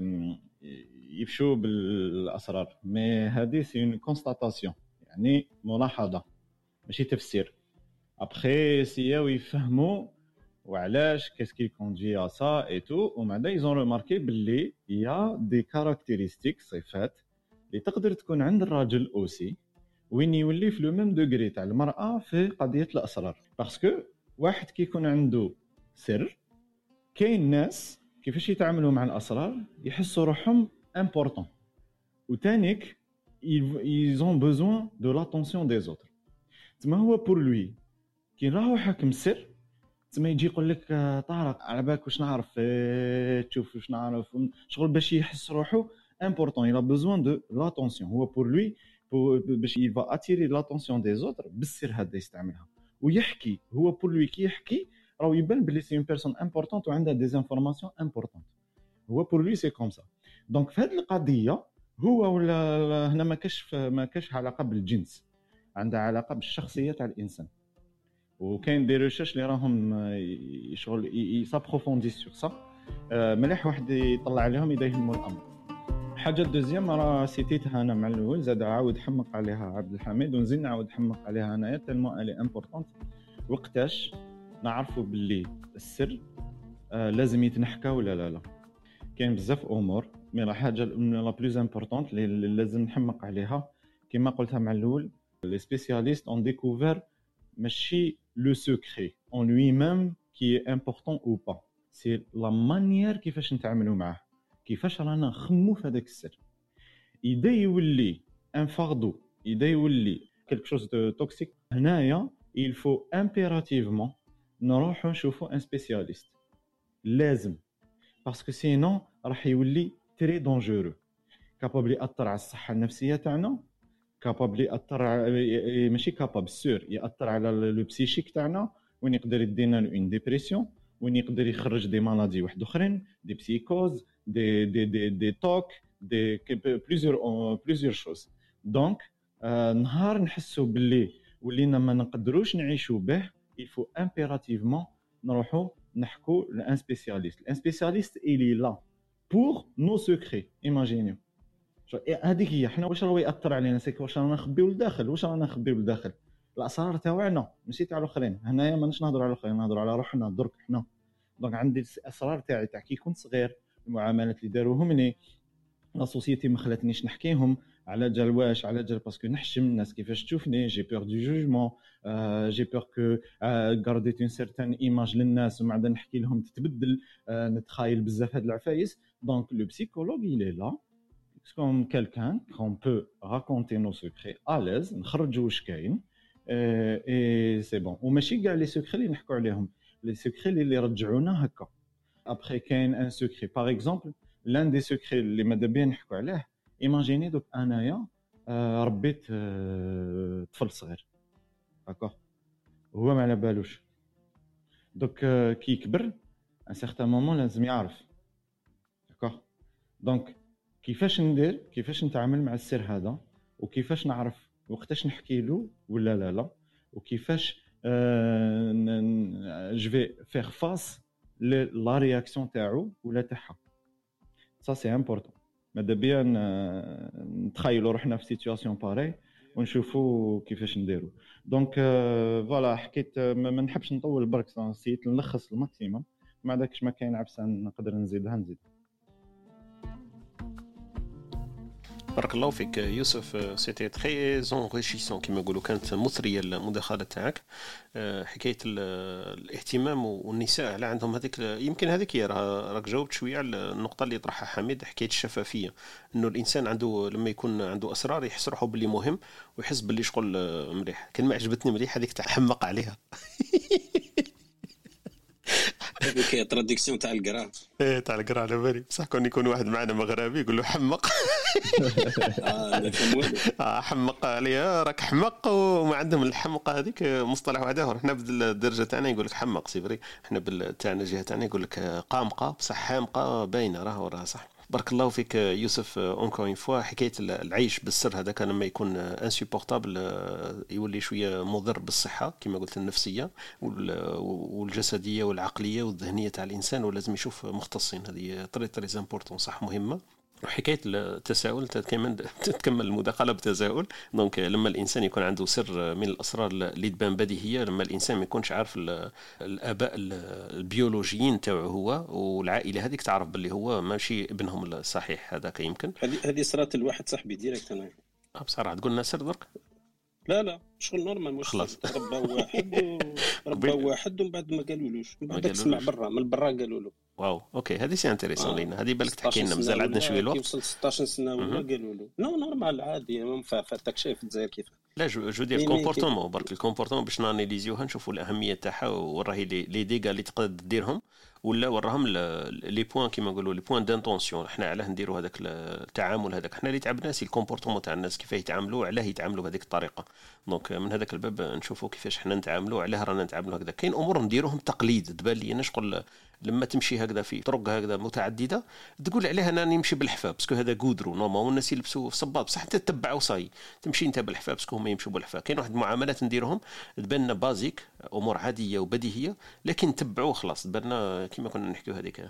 يفشوا بالاسرار. mais هذه c'est une constatation، يعني ملاحظه ماشي تفسير. après سياو يفهموا وعلاش qu'est-ce qui conduit à ça et tout، ومعدا ils ont remarqué باللي il y a des caractéristiques صفات اللي تقدر تكون عند الراجل اوسي وين يولي في لو ميم دوغري تاع المراه في قضيه الاسرار. باسكو واحد كيكون عنده سر، كاين ناس كيفاش يتعاملوا مع الاسرار يحسوا روحهم امبورطون، وتانيك ils ont besoin de l'attention des autres. تما هو بور لوي كي راهو حاكم سر، تما يجي يقول لك طارق على بالك واش نعرف، تشوف واش نعرف، شغل باش يحس روحه important, il a besoin de l'attention. هو pour lui باش il va attirer l'attention des autres بالسر هذا يستعملها ويحكي. هو pour lui كي يحكي راهو يبان بلي c'est une personne importante وعندها des informations importantes. هو pour lui c'est comme ça. donc في هذه القضيه هو ولا هنا ما كاش علاقه بالجنس، عندها علاقه بالشخصيه تاع الانسان. وكاين دي ريشيرش اللي راهم شغل يسابروفوندي سور سا، مليح واحد يطلع عليهم يديهموا الامر. حاجه دوزيام راه سيتيتها انا مع الاول، زاد عاود حمق عليها عبد الحميد ونزيد نعاود حمق عليها انايا تالمو الي امبورطونت. وقتاش نعرفوا باللي السر لازم يتنحكى ولا لا. كاين بزاف امور، مي راه حاجه لا بلوز امبورطونت اللي لازم نحمق عليها كما قلتها مع الاول. لي سبيسياليست اون ديكوفر ماشي لو سوكري اون لوي ميم كي امبورطون او با، سي لا مانيير كيفاش نتعاملوا معاه، كيفاش رانا نخمو في هذاك السر. اذا يولي ان فاردو، اذا يولي كلك شوز دو توكسيك، هنايا il faut impérativement نروحو نشوفو ان سبيسياليست، لازم، باسكو سينو راح يولي تري دونجورو، كابابل ياثر على الصحه النفسيه تاعنا، كابابل ياثر ماشي كابابل سور ياثر على لو بسيشيك تاعنا، وين يقدر يدينا اون ديبرسيون، وين يقدر يخرج دي مالادي واحد اخرين، دي بسيكوز، des tocs, plusieurs choses. donc نهار نحسوا باللي ولينا ما نقدروش نعيشوا به، il faut impérativement نروحوا نحكوا لان سبيسياليست. الان سبيسياليست il est là pour nos secrets. imaginez هذيك هي حنا واش راهو ياثر علينا، سيك واش رانا نخبيو لداخل، واش رانا نخبيو لداخل الاسرار تاعنا ماشي تاع الاخرين. هنايا ماناش نهضروا على الاخرين، نهضروا على روحنا درك حنا. دونك عندي الاسرار تاعي تاع كي كنت صغير، المعاملات اللي داروهم لي لا سوسيتي ما خلاتنيش نحكيهم على جال واش، على جال باسكو نحشم الناس كيفاش تشوفني، جي بور دو جوجمون، جي بور كو غارديت اون سيرتان ايماج للناس ومن بعد نحكي لهم تتبدل، نتخايل بزاف هاد العفايس. دونك لو بسيكولوج il est là comme quelqu'un qu'on peut raconter nos secrets à l'aise، نخرجوا واش كاين اي سي بون. وماشي كاع لي سيكري اللي نحكوا عليهم، لي سيكري اللي يرجعونا هكا. après كاين ان سيكري باغ اكزومبل، l'un des secrets اللي ماذا بيا نحكوا عليه، ايماجيني دوك انايا ربيت طفل صغير هكا، هو ما على بالوش، دوك كي يكبر ان سيغتان مومون لازم يعرف هكا. دونك كيفاش ندير، كيفاش نتعامل مع السر هذا، وكيفاش نعرف وقتاش نحكي له ولا لا، وكيفاش جو في فير فاس لا رياكسيون تاعو ولا تاعها. ça c'est important. ماذا بيا نتخيلوا روحنا في سيتوياسيون باري ونشوفوا كيفاش نديروا. دونك فوالا حكيت، ما نحبش نطول برك، نسيت نلخص الماكسيموم، ما داكش ما كاين عبسه نقدر نزيدها نزيد. بارك الله فيك يوسف، سيتي تري زونغيشيسون كما يقولوا، كانت مثريه المداخله تاعك. حكايه الاهتمام والنساء على عندهم هذيك، يمكن هذيك هي راك جاوبت شويه على النقطه اللي طرحها حميد، حكايه الشفافيه، انه الانسان عنده لما يكون عنده اسرار يحس روحه باللي مهم ويحس باللي شغل مليح. كلمه عجبتني مليح هذيك تاع حمق عليها. هذيك هي تراديكسيون تاع القرا. تاع القرا على بالي، بصح كون يكون واحد معنا مغربي يقول له حمق. لا فهم والو. حمق عليها راك حمق، وما عندهم الحمقه هذيك مصطلح واحد اخر. احنا بالدرجه تاعنا يقول لك حمق سيفري، احنا تاعنا الجهه تاعنا يقول لك قامقه، بصح حامقه باينه راها صح. بارك الله فيك يوسف. اونكور اون فوا حكايه العيش بالسر هذا كان لما يكون انسوبورتابل يولي شويه مضر بالصحه كما قلت النفسيه والجسديه والعقليه والذهنيه تاع الانسان، ولازم يشوف مختصين. هذه طري امبورطون صح، مهمه. وحكايه التساؤل تتكمل المداخله بتساؤل. دونك لما الانسان يكون عنده سر من الاسرار اللي تبان بديهيه، لما الانسان ما يكونش عارف الاباء البيولوجيين تاعو هو والعائله هذيك تعرف باللي هو ماشي ابنهم الصحيح، هذاك يمكن. هذه صارت الواحد صاحبي ديريكت انا. بصراحه تقول لنا سر درك؟ لا شغل نورمال، مش خلاص. ربى واحد ومن بعد ما قالولوش، من بعد تسمع برا من برا قالوا له. واو اوكي، هذه سي انتريسون لينا، هذه بالك تحكي لنا، مازال عندنا شويه الوقت. وصل 16 سنه ولا قالوا له نو نورمال عادي، فاتك شايف في الجزائر كيف. لا جو دير الكومبورتمون، برك الكومبورتمون باش ناناليزيوها نشوفوا الاهميه تاعها وراهي لي ديغا اللي تقدر ديرهم، ولا وراهم لي بوين كيما نقولوا لي بوين دانتونسيون. احنا علاه نديروا هذاك التعامل هذاك، احنا اللي تعبنا سي الكومبورتمون تاع الناس كيف يتعاملوا، علاه يتعاملوا بهذيك الطريقه. دونك من هذاك الباب نشوفوا كيفاش احنا نتعاملوا، علاه رانا نتعاملوا هكذا. كاين امور نديروهم تقليد، تبان لي انا شغل لما تمشي هكذا في طرق هكذا متعدده تقول عليها انا نمشي بالحفاه باسكو هذا قودرو نورمال، والناس يلبسوا في صباط، بصح انت تتبعوا صاي تمشي انت بالحفاه باسكو هما يمشوا بالحفاه. كاين واحد المعاملات نديرهم تبان بازيك، امور عاديه وبديهيه، لكن تبعوه خلاص تبان كما كنا نحكيو هذيك.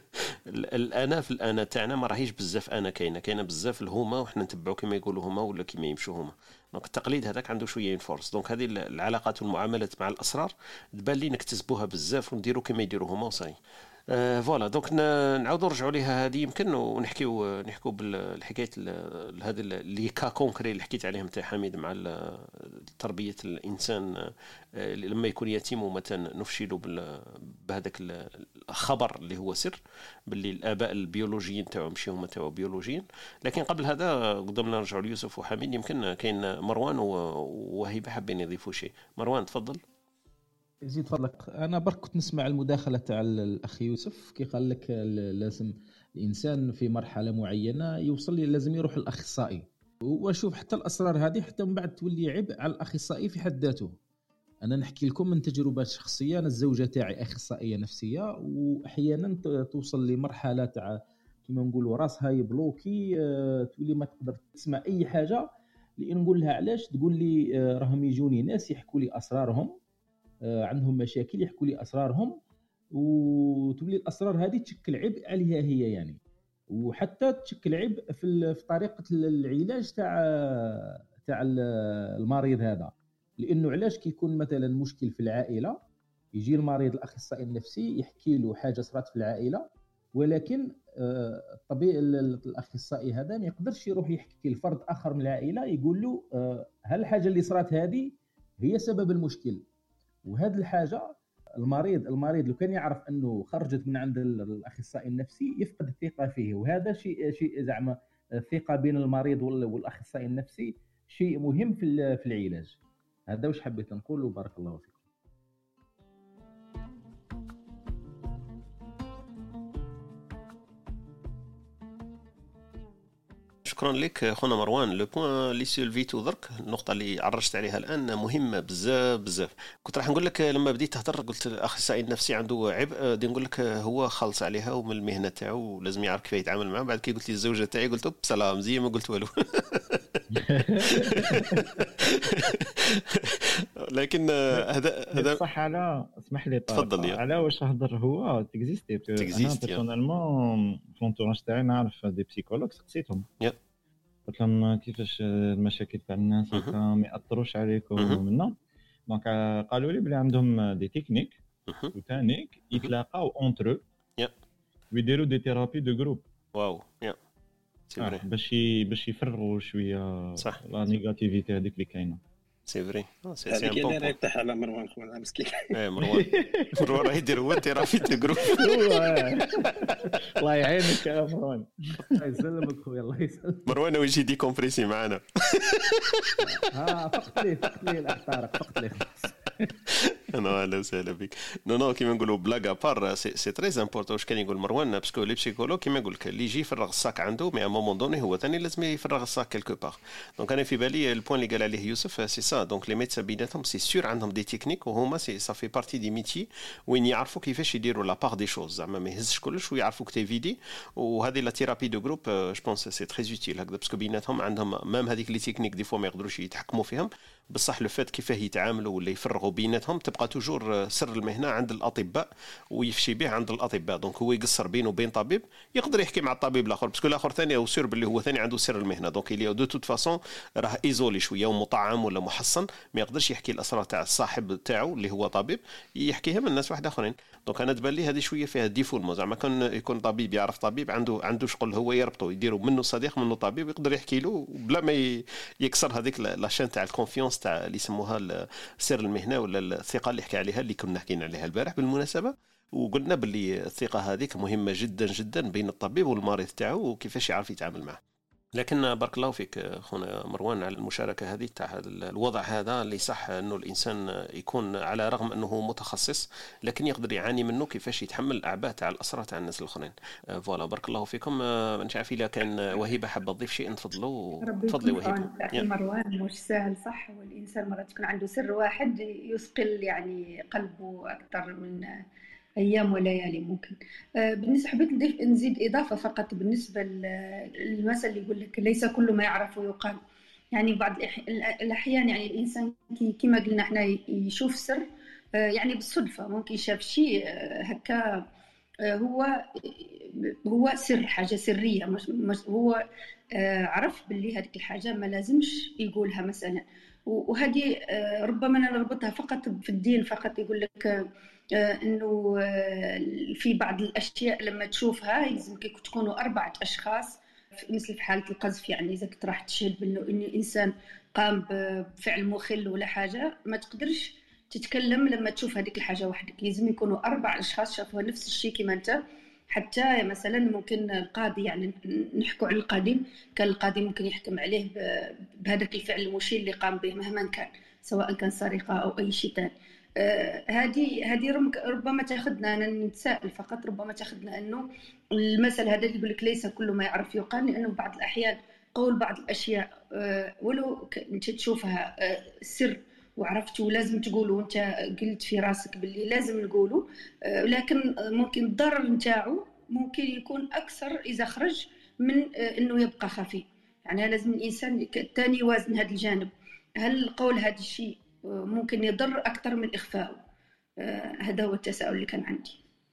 الانا في الانا تاعنا ما راهيش بزاف، انا كاينه بزاف الهما، وحنا نتبعوا كما يقولوا هما ولا كما يمشوا هما. دونك التقليد هذاك عنده شويه فورس. دونك هذه العلاقات والمعاملات مع الاسرار تبان لي نكتسبوها بزاف ونديروا كما يديروا هما وصاي. فوالا دونك نعاودوا نرجعوا ليها هذه يمكن، ونحكيو بالحكايه هذا اللي كا كونكري اللي حكيت عليهم تاع حميد مع تربيه الانسان لما يكون يتيم، ومتى نفشلوا بهذاك الخبر اللي هو سر باللي الاباء البيولوجيين تاعو ماشي هما تاعو بيولوجيين. لكن قبل هذا قدامنا نرجعوا ليوسف وحميد، يمكن كاين مروان وهبه حابين يضيفوا شيء. مروان تفضل. زيد فضلك. انا برك كنت نسمع المداخله تاع الاخ يوسف كي قال لك لازم الانسان في مرحله معينه يوصل لازم يروح للاخصائي. واشوف حتى الاسرار هذه حتى من بعد تولي عبء على الاخصائي في حد ذاته. انا نحكي لكم من تجربات شخصيه، انا الزوجه تاعي اخصائيه نفسيه، واحيانا توصل لمرحله تاع كما نقولوا راسها يبلوكي، تولي ما تقدر تسمع اي حاجه. لان نقول لها علاش، تقول لي راهم يجوني ناس يحكوا لي اسرارهم، عندهم مشاكل يحكوا لي اسرارهم، وتولي الاسرار هذه تشكل عبء عليها هي يعني، وحتى تشكل عبء في طريقه العلاج تاع المريض هذا. لانه علاش كيكون مثلا مشكل في العائله، يجي المريض الاخصائي النفسي يحكي له حاجه صارت في العائله، ولكن الطبيعي الاخصائي هذا ما يقدرش يروح يحكي لفرد اخر من العائله يقول له هل الحاجه اللي صارت هذه هي سبب المشكل. وهذه الحاجه المريض لو كان يعرف انه خرجت من عند الاخصائي النفسي يفقد الثقه فيه. وهذا شيء زعما الثقه بين المريض والاخصائي النفسي شيء مهم في العلاج. هذا واش حبيت نقول، وبارك الله فيك. شكرا لك خونا مروان. لو بوين اللي سولفيتو درك، النقطه اللي عرجت عليها الان مهمه بزاف. كنت راح نقول لك لما بديت تهضر قلت الاخصائي النفسي عنده عبء، دي نقول لك هو خلص عليها ومن المهنه تاعو ولازم يعرف كيف يتعامل معها. بعد كي قلت لي الزوجه تاعي قلت بسلام زي ما قلت والو. لكن هذا صح. على اسمح لي تفضل على واش هضر هو تكزيستي. انا بيرسونيلمون في لونتوراج تاعي نعرف دي بسيكولوج، سقسيتهم قلت لهم كيفاش المشاكل تاع الناس ما ياثروش عليكم منا. دونك قالوا لي بلي عندهم دي تكنيك وثانيك يتلاقاو اونترو ويديروا دي ثيرابي دو جروب. واو باش يفرغوا شويه صح لا نيجاتيفيتي هذيك اللي كاينه. سي فري سي هذيك اللي امبورطون. يرتاح على مروان خويا مسكين. مروان راه يدير هو انت راه في الجروب. الله يعينك يا مروان. الله يسلمك خويا الله يسلمك. مروان ويجي دي كومبريسي معنا. فقط لي الاخ طارق فقط لي. انا اهلا وسهلا بك. نو كيما نقولوا بلاغا بار سي تري امبورطون. واش كان يقول مروان باسكو لي بسيكولوج كيما يقول لك اللي يجي يفرغ الصاك عنده مي ا مومون دوني هو ثاني لازم يفرغ الصاك كيلكو بار. دونك انا في بالي البوين اللي قال عليه يوسف سي سا. دونك لي ميدسا بيناتهم سي سور عندهم دي تكنيك وهما سي سا في بارتي دي ميتي وين يعرفوا كيفاش يديروا لا بار دي شوز زعما ما يهزش كلش ويعرفوك تي فيدي. وهذه لا ثيرابي دو جروب جو بونس سي تري اوتيل هكذا باسكو بيناتهم عندهم ميم هذيك لي تكنيك دي فوا ما يقدروش يتحكموا فيهم بصح لو فات كيفاه يتعاملوا ولا يفرغوا بيناتهم تبقى توجور سر المهنه عند الاطباء ويفشي به عند الاطباء. دونك هو يقصر بينه وبين طبيب يقدر يحكي مع الطبيب الاخر باسكو الاخر ثاني او سير باللي هو ثاني عنده سر المهنه. دونك اللي دو توت فاصون راه ايزولي شويه ومطعم ولا محصن ما يقدرش يحكي الاسرار تاع الصاحب تاعو اللي هو طبيب يحكيها من الناس واحد اخرين. دونك انا تبان لي هذه شويه فيها ديفول زعما كان يكون طبيب يعرف طبيب عنده شغل هو يربطه يديروا منه صديق منه طبيب يقدر يحكي له بلا ما يكسر هذيك لاشين تاع الكونفيونس تاع اللي يسموها سر المهنه ولا الثقه اللي حكي عليها اللي كنا حكينا عليها البارح بالمناسبه. وقلنا باللي الثقه هذيك مهمه جدا جدا بين الطبيب والمريض تاعو وكيفاش يعرف يتعامل معه. لكن بارك الله فيك خونا مروان على المشاركه هذه تاع الوضع هذا اللي صح انه الانسان يكون على رغم انه متخصص لكن يقدر يعاني منه كيفاش يتحمل الاعباء تاع الاسره تاع الناس الاخرين. فوالا بارك الله فيكم. مش عارف اذا كان وهيبه حابه تضيف شيء نتفضلوا. تفضلي وهيبه. أخي مروان مش سهل صح. والإنسان مرات تكون عنده سر واحد يثقل يعني قلبه أكثر من أيام وليالي ممكن. بالنسبة حبيت نزيد إضافة فقط بالنسبة للمثل اللي يقول لك ليس كل ما يعرف يقال. يعني بعض الأحيان يعني الإنسان كما قلنا احنا يشوف سر يعني بالصدفة ممكن شاف شيء هكا هو سر حاجة سرية مش هو عرف باللي هذيك الحاجة ما لازمش يقولها مثلا. وهذه ربما نربطها فقط في الدين فقط. يقول لك انه في بعض الاشياء لما تشوفها لازم تكونوا 4 أشخاص مثل في حالة القذف. يعني اذا كنت راح تشهد بانه ان الانسان قام بفعل مخل ولا حاجة ما تقدرش تتكلم لما تشوف هذيك الحاجة وحدك. لازم يكونوا 4 أشخاص شافوها نفس الشيء كما انت. حتى مثلا ممكن القاضي يعني نحكوا على القاضي كان القاضي ممكن يحكم عليه بهذاك الفعل المشير اللي قام به مهما كان سواء كان سرقة أو أي شيء ثاني. هذه ربما تاخذنا أنا نتساءل فقط ربما تاخذنا أنه المثل هذا اللي يقول لك ليس كل ما يعرف يقال. لأنه بعض الأحيان قول بعض الأشياء ولو أنت تشوفها سر وعرفت ولازم تقوله وانت قلت في راسك باللي لازم نقوله لكن ممكن الضرر نتاعو ممكن يكون أكثر إذا خرج من أنه يبقى خفي. يعني لازم الإنسان الثاني يوازن هذا الجانب. هل قول هذا الشيء ممكن يضر أكثر من إخفاءه؟ هذا هو التساؤل اللي كان عندي.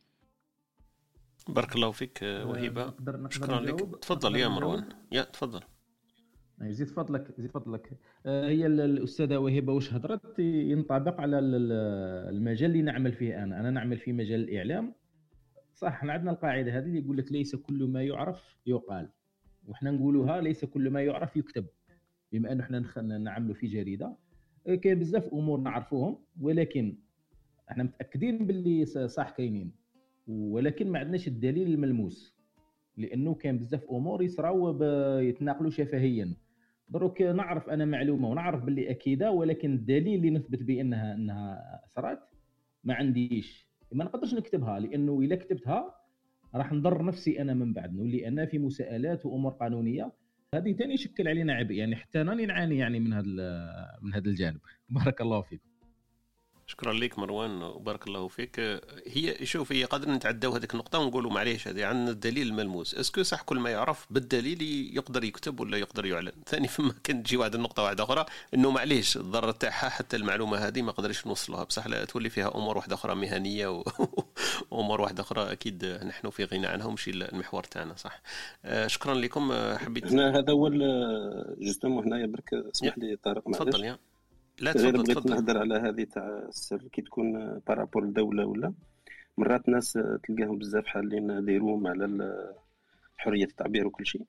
بارك الله فيك وهيبة. شكرا لك. تفضل يا مروان. تفضل. زيد فضلك. هي الأستاذة وهبة واش هضرت ينطبق على المجال اللي نعمل فيه أنا نعمل في مجال الإعلام. صح احنا عندنا القاعدة هذه اللي يقول لك ليس كل ما يعرف يقال. وإحنا نقولوها ليس كل ما يعرف يكتب. بما أنه إحنا نعمل في جريدة كاين بزاف أمور نعرفوهم ولكن إحنا متأكدين باللي صح كاينين ولكن ما عندناش الدليل الملموس. لأنه كان بزاف أمور يصراو يتناقلوا شفهيا. دروك نعرف أنا معلومة ونعرف باللي أكيدة ولكن الدليل اللي نثبت بأنها صارت ما عنديش. ما نقدرش نكتبها لأنه إذا كتبتها راح نضر نفسي أنا من بعد نولي أنا في مساءلات وأمور قانونية. هذه تاني يشكل علينا عبء. يعني حتى أنا نعاني يعني من هذا الجانب. بارك الله فيكم. شكرا لك مروان وبارك الله فيك. هي قادر نتعداو هذيك النقطه ونقولوا معليش هذه عن الدليل الملموس. اسكو صح كل ما يعرف بالدليل يقدر يكتب ولا يقدر يعلن. ثاني فما كان تجي واحد النقطه واحده اخرى انه معليش الضرر تاعها حتى المعلومه هذه ما قدرش نوصلها بصح لا تولي فيها امور واحده اخرى مهنيه وامور واحده اخرى اكيد نحن في غنى عنها ومشي المحور تاعنا. صح. شكرا لكم. حبيت هنا هذا هو جوستومون هنايا برك اسمح لي طارق معليش. تفضل يا لا تفضل نهضر على هذه تاع السر كي تكون بارابور الدوله ولا مرات ناس تلقاهم بزاف حالين دايروهم على حريه التعبير وكل شيء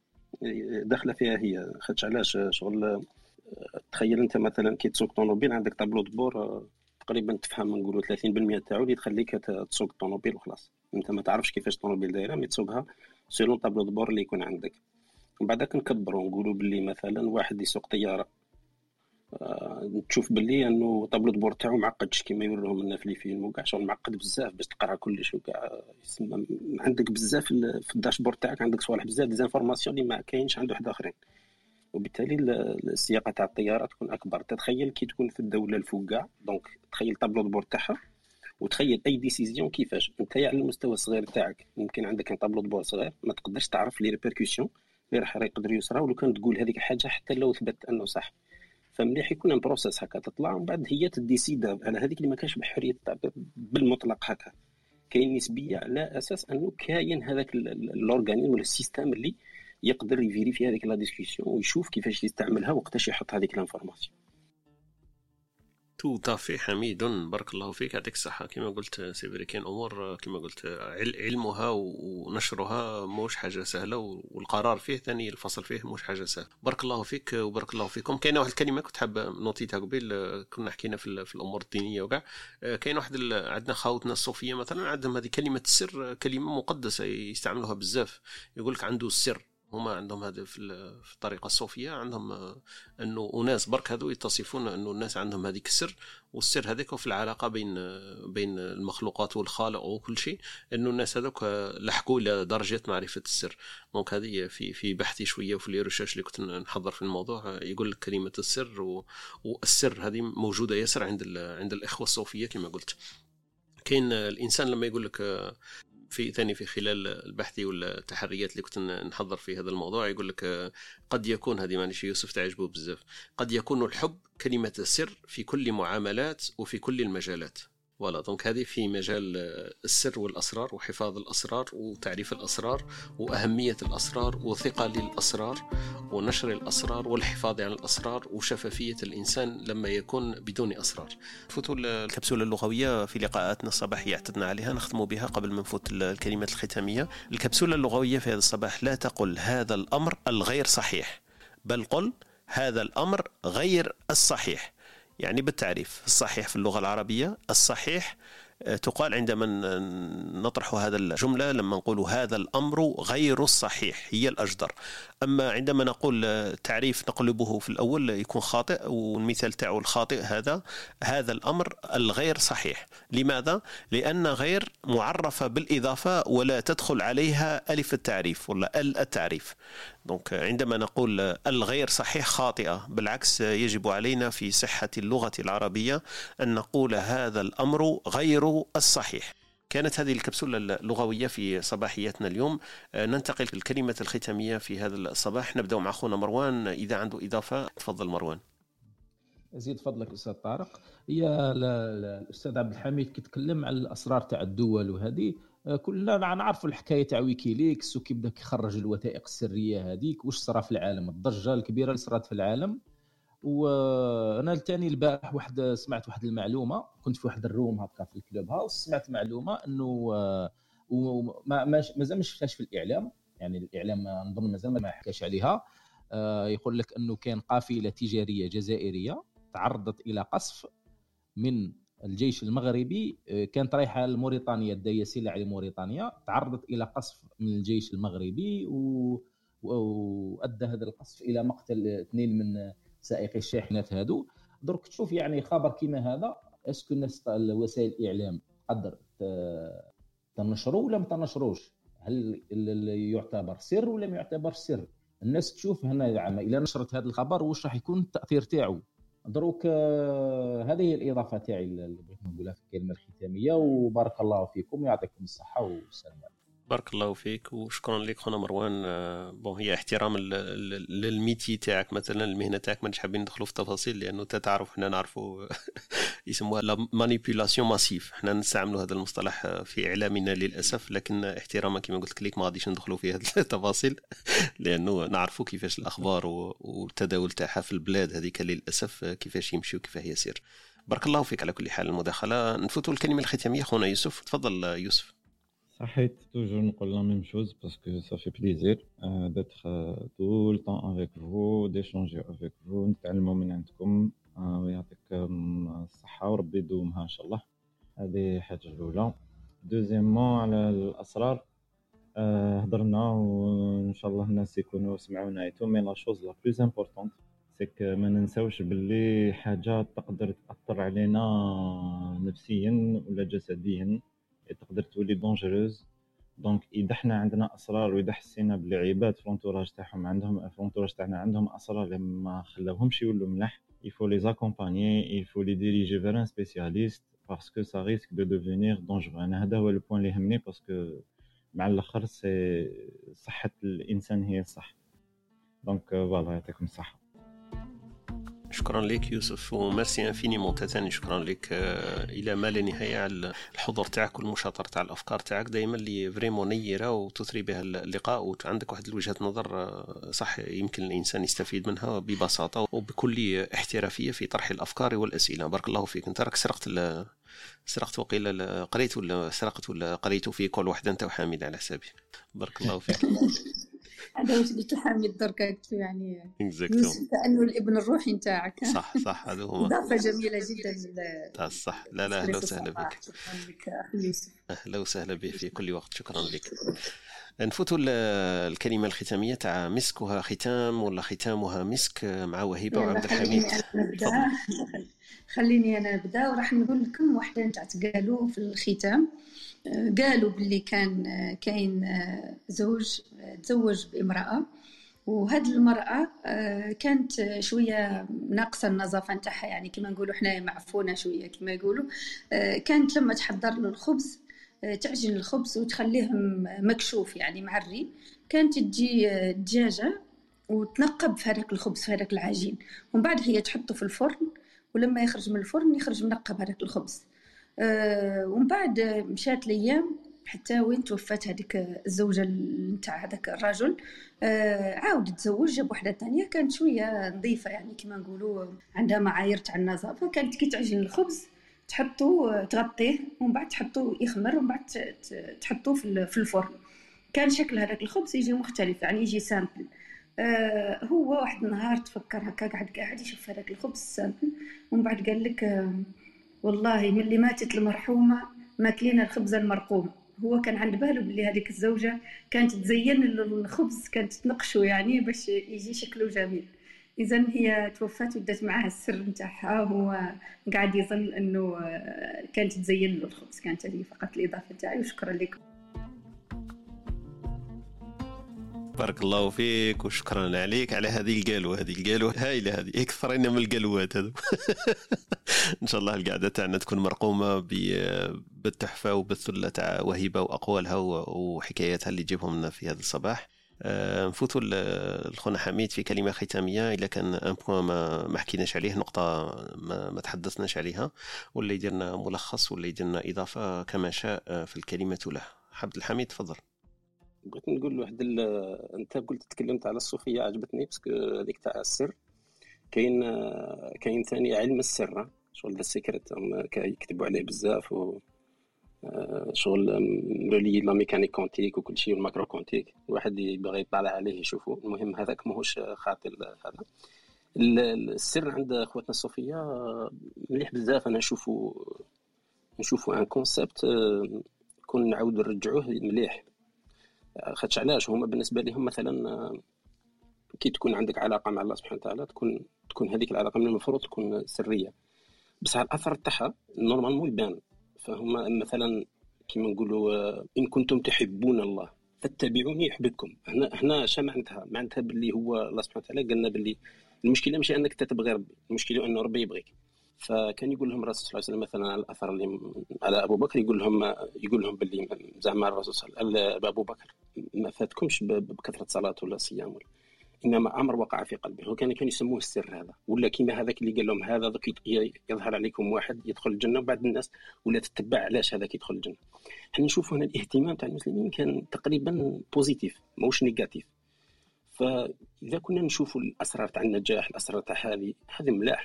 داخله فيها هي. خاطش علاش شغل تخيل انت مثلا كي تسوق طوموبيل عندك طابلو دبور تقريبا تفهم نقولوا 30% تاعو اللي تخليك تسوق الطوموبيل وخلاص. انت ما تعرفش كيفاش الطوموبيل دايره، مي تسوقها سيلون طابلو دبور اللي يكون عندك. من بعدك نكبروا نقولوا باللي مثلا واحد يسوق طياره تشوف باللي انه طابلو دبور تاعو معقدش كيما يوريهم لنا في الفيلم، وكاع شغل معقد بزاف باش تقرا كلش، وكاع عندك بزاف في الداشبورد تاعك عندك صوالح بزاف دي زانفورماسيون اللي ما كاينش عند واحد اخرين، وبالتالي السياقه تاع الطياره تكون اكبر. تتخيل كي تكون في الدوله الفوق كاع، دونك تخيل طابلو دبور تاعها وتخيل اي ديسيزيون كيفاش انت على المستوى الصغير تاعك ممكن عندك ان طابلو دبور صغير ما تقدرش تعرف لي ريبركوسيون اللي راح يقدر يصراو لو كان تقول هذيك الحاجه حتى لو ثبت انه صح. فمليح يكون ان بروسيس هكا تطلع ومن بعد هي تديسيدا على هذيك اللي ما كانش بحريه التعبير بالمطلق هكا، كاين نسبيه على اساس انه كاين هذاك الاورغانيزم ولا السيستم اللي يقدر يفيريفي هذيك لا ديسكوسيون ويشوف كيفاش يستعملها وقتاش يحط هذيك الانفورماسيون. تو طافي حميد بارك الله فيك، يعطيك الصحة. كما قلت سيفري كاين أمور كما قلت علمها ونشرها موش حاجة سهلة، والقرار فيه ثاني الفصل فيه موش حاجة سهلة. بارك الله فيك وبارك الله فيكم. كاينه واحد الكلمة كنت حاب نوتيتها قبل، كنا حكينا في الأمور الدينية وكاع. كاين واحد عندنا خاوتنا الصوفية مثلا عندهم هذه كلمة السر، كلمة مقدسة يستعملوها بزاف. يقولك عنده السر، هما عندهم هذا في الطريقة الصوفية عندهم أنه أناس برك هذو يتصفون أنه الناس عندهم هذيك السر، والسر هذيك في العلاقة بين المخلوقات والخالق وكل شيء، أنه الناس هذوك لحقوا إلى درجة معرفة السر. دونك هذه في بحثي شوية وفي الريشيرش اللي كنت نحضر في الموضوع يقول لك كلمة السر، والسر هذه موجودة ياسر عند الإخوة الصوفية كما قلت. كاين الإنسان لما يقول لك في خلال البحث والتحريات اللي كنت نحضر في هذا الموضوع، يقول لك قد يكون هذه مانيش يوسف تعجبه بزاف، قد يكون الحب كلمة السر في كل معاملات وفي كل المجالات. ولا دونك هذه في مجال السر والأسرار وحفاظ الأسرار وتعريف الأسرار وأهمية الأسرار وثقة للأسرار ونشر الأسرار والحفاظ على الأسرار وشفافية الإنسان لما يكون بدون أسرار. نفوتوا الكبسولة اللغوية في لقاءاتنا الصباحية اعتدنا عليها، نختم بها قبل ما نفوت الكلمات الختامية. الكبسولة اللغوية في هذا الصباح: لا تقل هذا الأمر الغير صحيح، بل قل هذا الأمر غير الصحيح. يعني بالتعريف الصحيح في اللغة العربية، الصحيح تقال عندما نطرح هذا الجملة لما نقول هذا الأمر غير الصحيح هي الأجدر. أما عندما نقول تعريف نقلبه في الأول يكون خاطئ، والمثال تاعه الخاطئ هذا الأمر الغير صحيح. لماذا؟ لأن غير معرفة بالإضافة ولا تدخل عليها ألف التعريف ولا التعريف. دونك عندما نقول الغير صحيح خاطئة، بالعكس يجب علينا في صحة اللغة العربية أن نقول هذا الأمر غير الصحيح. كانت هذه الكبسولة اللغوية في صباحياتنا اليوم. ننتقل للكلمة الختامية في هذا الصباح. نبدأ مع أخونا مروان، إذا عنده إضافة تفضل مروان. أزيد فضلك أستاذ طارق. هي الأستاذ عبد الحميد كيتكلم على الأسرار تاع الدول، وهذه كلنا نعرفوا الحكاية تاع ويكيليكس وكيف بدا يخرج الوثائق السرية هذيك، واش صرا في العالم، الضجة الكبيرة اللي صرات في العالم. وانا الثاني البارح سمعت واحد المعلومه، كنت في واحد الروم هكا في الكلوب هاوس، سمعت معلومه انه مازال ما شفتهاش في الاعلام، يعني الاعلام نظن مازال ما حكاش عليها. يقول لك انه كان قافله تجاريه جزائريه تعرضت الى قصف من الجيش المغربي، كانت رايحه لموريتانيا، الدياسيله على موريتانيا، تعرضت الى قصف من الجيش المغربي وادى هذا القصف الى مقتل 2 من سائقي الشاحنات هادو. درك تشوف يعني خبر كيما هذا، اسكو الناس وسائل الاعلام تقدر تنشره ولا ما تنشروش؟ هل يعتبر سر ولا ما يعتبر سر؟ الناس تشوف هنا اذا نشرت هذا الخبر واش راح يكون التاثير تاعو. دروك هذه هي الاضافه تاعي اللي بغيت نقولها في الكلمه الختاميه. وبارك الله فيكم ويعطيكم الصحه والسلام عليكم. بارك الله فيك وشكرا لك خونا مروان. هي احترام للميتي تاعك مثلا، المهنه تاعك، مانيش حابين ندخلوا في التفاصيل لانه تعرف احنا نعرفوا يسموها لا مانيبيولاسيون ماسيف، احنا نستعملوا هذا المصطلح في اعلامنا للاسف، لكن احتراما كما قلت لك ما غاديش ندخلوا في هذه التفاصيل لانه نعرفوا كيفاش الاخبار والتداول تاعها في البلاد هذيك للاسف كيفاش يمشي وكيفاش يسير. بارك الله فيك على كل حال المداخله. نفوتوا الكلمه الختاميه خونا يوسف، تفضل يوسف. صحيت توجور نقول لا ميم شوز باسكو ça fait plaisir d'être tout le temps avec vous d'échanger avec vous نتعلموا من عندكم ويعطيكم الصحة وربي يدومها إن شاء الله. هذه حاجة الأولى. دوزيامون على الأسرار هضرنا وإن شاء الله الناس يكونوا سمعونا عيتو مي لا شوز لا بلوز امبورطونت سيك ما ننساوش باللي حاجة تقدر تأثر علينا نفسيا ولا جسديا تقدر تولي دونجروز. دونك اذا حنا عندنا اسرار واذا حسينا بلي عباد في لونتوراج تاعهم عندهم في لونتوراج تاعنا عندهم اسرار اللي ما خلاوهمش يولوا ملاح il faut les accompagner il faut les diriger vers un spécialiste parce que ça risque de devenir dangereux. انا هذا هو البوين اللي يهمني باسكو مع الاخر سي صحه الانسان هي الصح. دونك فوالا يعطيكم الصحه. شكرا لك يوسف وميرسي انفينيمون تاني. شكرا لك الى ما لا نهايه على الحضور تاعك والمشاطره تاع الافكار تاعك دائما اللي فريمون نيره وتثري بها اللقاء وعندك واحد الوجهه نظر صح يمكن الانسان يستفيد منها ببساطه وبكل احترافيه في طرح الافكار والاسئله. بارك الله فيك. انت راك سرقت وقيل قريت ولا سرقت ولا قريت في كل واحده انت وحامد على حسابي. بارك الله فيك. هذا واش قلت حامد درك يعني يوسف كأنه الابن الروحي نتاعك. صح هذا هو إضافة جميلة جدا. صح. لا أهلا وسهلا بك. شكرا لك أخي يوسف. أهلا وسهلا بك في كل وقت. شكرا لك. نفوت الكلمة الختامية تاع مسكها ختام ولا ختامها مسك مع وهيبة وعبد الحميد. خليني أنا نبدأ وراح نقول لكم واحدة نتاع قالوا في الختام. قالوا باللي كاين زوج تزوج بامرأة وهذه المرأة كانت شوية ناقصة النظافة نتاعها يعني كما نقولوا احنا معفونة شوية كما يقولوا. كانت لما تحضر له الخبز تعجن الخبز وتخليه مكشوف يعني معري. كانت تجي دجاجة وتنقب في هذاك الخبز في هذاك العجين ومن بعد هي تحطه في الفرن ولما يخرج من الفرن يخرج منقب هذاك الخبز. ومن بعد مشات الايام حتى وين توفت هذيك الزوجه نتاع هذاك الرجل. عاود تزوج جاب واحده ثانيه كانت شويه نظيفه يعني كما نقولوا عندها معايير تاع النظافه. كانت كي تعجن الخبز تحطوه تغطيه ومن بعد تحطوه يخمر ومن بعد تحطوه في الفرن. كان شكل هذاك الخبز يجي مختلف يعني يجي سامبل. هو واحد النهار تفكر هكا قاعد يشوف هذاك الخبز سامبل ومن بعد قال لك والله من اللي ماتت المرحومة ماكلين الخبز المرقوم. هو كان عند باله باللي هذيك الزوجة كانت تزين الخبز كانت تنقشه يعني باش يجي شكله جميل. إذن هي توفت ودات معها السر نتاعها. هو قاعد يظن أنه كانت تزين له الخبز. كانت هذه فقط الإضافة تاعي وشكرا لكم. بارك الله فيك وشكرا عليك على هذه القالوة هايلة. هذه اكثرين من القالوات هذو. ان شاء الله القعده تاعنا تكون مرقومه بالتحفه وبالثله تاع وهيبه واقوالها وحكاياتها اللي تجيبهم لنا في هذا الصباح. نفوتوا الخونا حميد في كلمه ختاميه الا كان ان بوين ما حكيناش عليه نقطه ما تحدثناش عليها ولا يديرنا ملخص ولا يديرنا اضافه كما شاء في الكلمه له. عبد الحميد تفضل. بغيت نقول واحد انت قلت تكلمت على الصوفيه عجبتني باسكو هذيك تاع السر كاين ثاني علم السر شغل السيكريت يكتبوا عليه بزاف و شغل لي لا ميكانيك كونتيك وكل شيء والماكرو كونتيك الواحد يبغي يطلع عليه يشوفه. المهم هذاك ماهوش خاطر هذا السر عند اخواتنا الصوفيه مليح بزاف. انا نشوفوا ان كونسيبت كون نعاود نرجعوه مليح. خاطش علاش هما بالنسبه لهم مثلا كي تكون عندك علاقه مع الله سبحانه وتعالى تكون هذيك العلاقه من المفروض تكون سريه بس على الاثر تاعها نورمالمون يبان. فهم مثلا كيما نقولوا ان كنتم تحبون الله فاتبعوني يحببكم. هنا اش معناتها باللي هو الله سبحانه وتعالى قالنا باللي المشكله ماشي انك تتبغي ربي، المشكله انه ربي يبغيك. فكان يقول لهم الرسول صلى الله عليه وسلم مثلا على الاثر اللي على ابو بكر يقول لهم باللي زعما الرسول صلى الله عليه وسلم ابو بكر ما فاتكمش بكثره صلاه ولا صيام انما امر وقع في قلبه. هو كان يسموه السر هذا ولا كيما هذاك اللي قال لهم هذا يظهر عليكم واحد يدخل الجنه وبعد الناس ولا تتبع علاش هذاك يدخل الجنه. احنا نشوفوا هنا الاهتمام تاع المسلمين كان تقريبا بوزيتيف ماهوش نيجاتيف. فاذا كنا نشوفوا الاسرار تاع النجاح الاسرار تاع هذه ملاح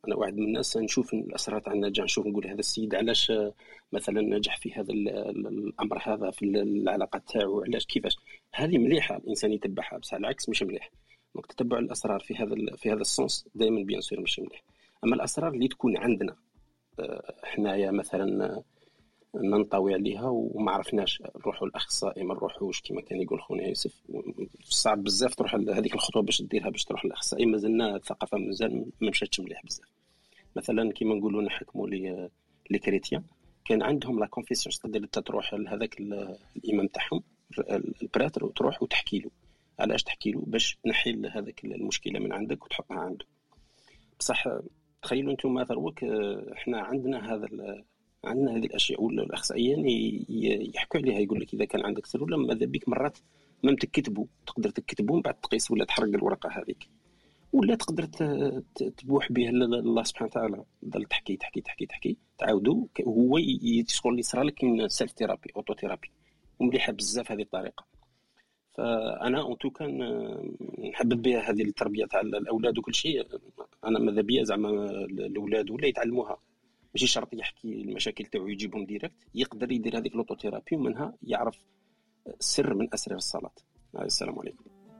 انا واحد من الناس نشوف الاسرار تاع النجاح، نشوف نقول هذا السيد علاش مثلا نجح في هذا الامر هذا في العلاقه تاعو، علاش كيفاش. هذه مليحه الانسان يتبعها، بصح العكس مش مليح. دونك تتبع الاسرار في هذا السنس دائما بيان سور مش مليح. اما الاسرار اللي تكون عندنا حنايا مثلا ننطوي عليها وما عرفناش نروحوا الاخصائي، ما نروحوش كما كان يقول خونا يوسف، صعب بزاف تروح هذيك الخطوه باش ديرها باش تروح للاخصائي، مازلنا الثقافه مازال ما مشاتش مليح بزاف. مثلا كيما نقولوا نحكموا لي كريتيان كان عندهم لا كونفيسيون، تقدر انت تروح لهذاك الامام تاعهم البراتر وتروح وتحكي له. علاش تحكي له؟ باش تنحي هذاك المشكله من عندك وتحطها عنده. بصح تخيلوا انتم مثلا احنا عندنا هذه الاشياء، والاخصائيين يحكوا عليها، يقول لك اذا كان عندك سر ولا ماذا بك مرات ما تكتبوا، تقدر تكتبوا من بعد تقيس ولا تحرق الورقه هذيك، ولا تقدر تبوح به الله سبحانه وتعالى. ضل تحكي تحكي تحكي تحكي تعاودوا، هو يشغل اللي صرا لك من سيلف ثيرابي اوتو ثيرابي، ومليحه بزاف هذه الطريقه. فانا انتو كان نحبب بها هذه التربيه تاع الاولاد وكل شيء. انا ماذا بيا زعما الاولاد ولا يتعلموها، ماشي شرط يحكي المشاكل تاعو يجيبهم ديريكت، يقدر يدير هذيك لوطو ثيرابي ومنها يعرف سر من اسرار الصلاه. السلام عليكم.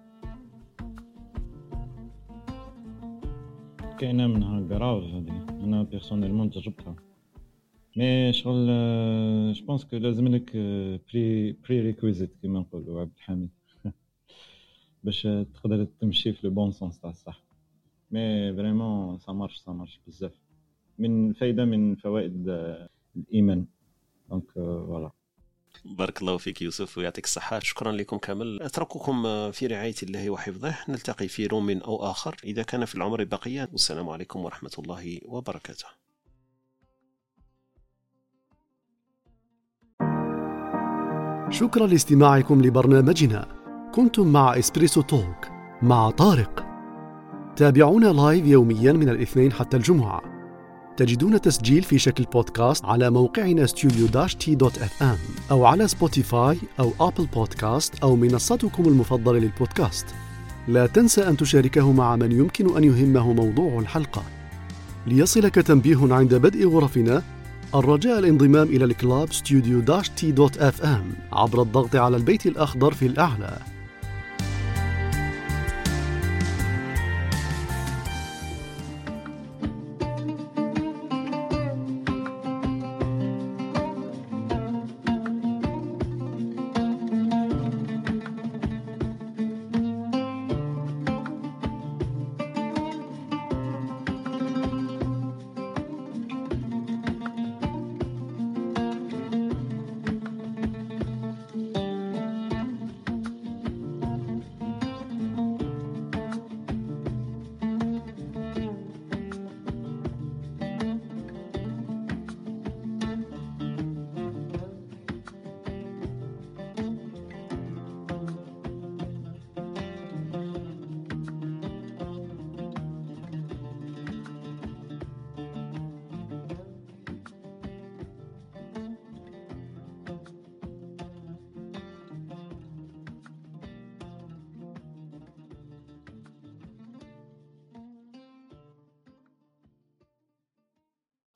كاينه منها غراف هذه، انا بيرسونيلمون جربتها، مي شغل جو بونس كو لازم لك بري ريكويزيت كيما نقولوا عبد الحميد باش تقدر تمشي في لو بون سونس تاع الصح. مي فريمون سا مارش بزاف، من فايده من فوائد الايمان. دونك فوالا. بارك الله فيك يوسف ويعطيك الصحة. شكرا لكم كامل. أترككم في رعاية الله وحفظه، نلتقي في يوم أو آخر إذا كان في العمر بقية. والسلام عليكم ورحمة الله وبركاته. شكرا لاستماعكم لبرنامجنا. كنتم مع إسبريسو توك مع طارق. تابعونا لايف يوميا من الاثنين حتى الجمعة. تجدون تسجيل في شكل بودكاست على موقعنا studio-t.fm أو على سبوتيفاي أو أبل بودكاست أو منصتكم المفضلة للبودكاست. لا تنسى أن تشاركه مع من يمكن أن يهمه موضوع الحلقة. ليصلك تنبيه عند بدء غرفنا، الرجاء الانضمام إلى الكلاب studio-t.fm عبر الضغط على البيت الأخضر في الأعلى.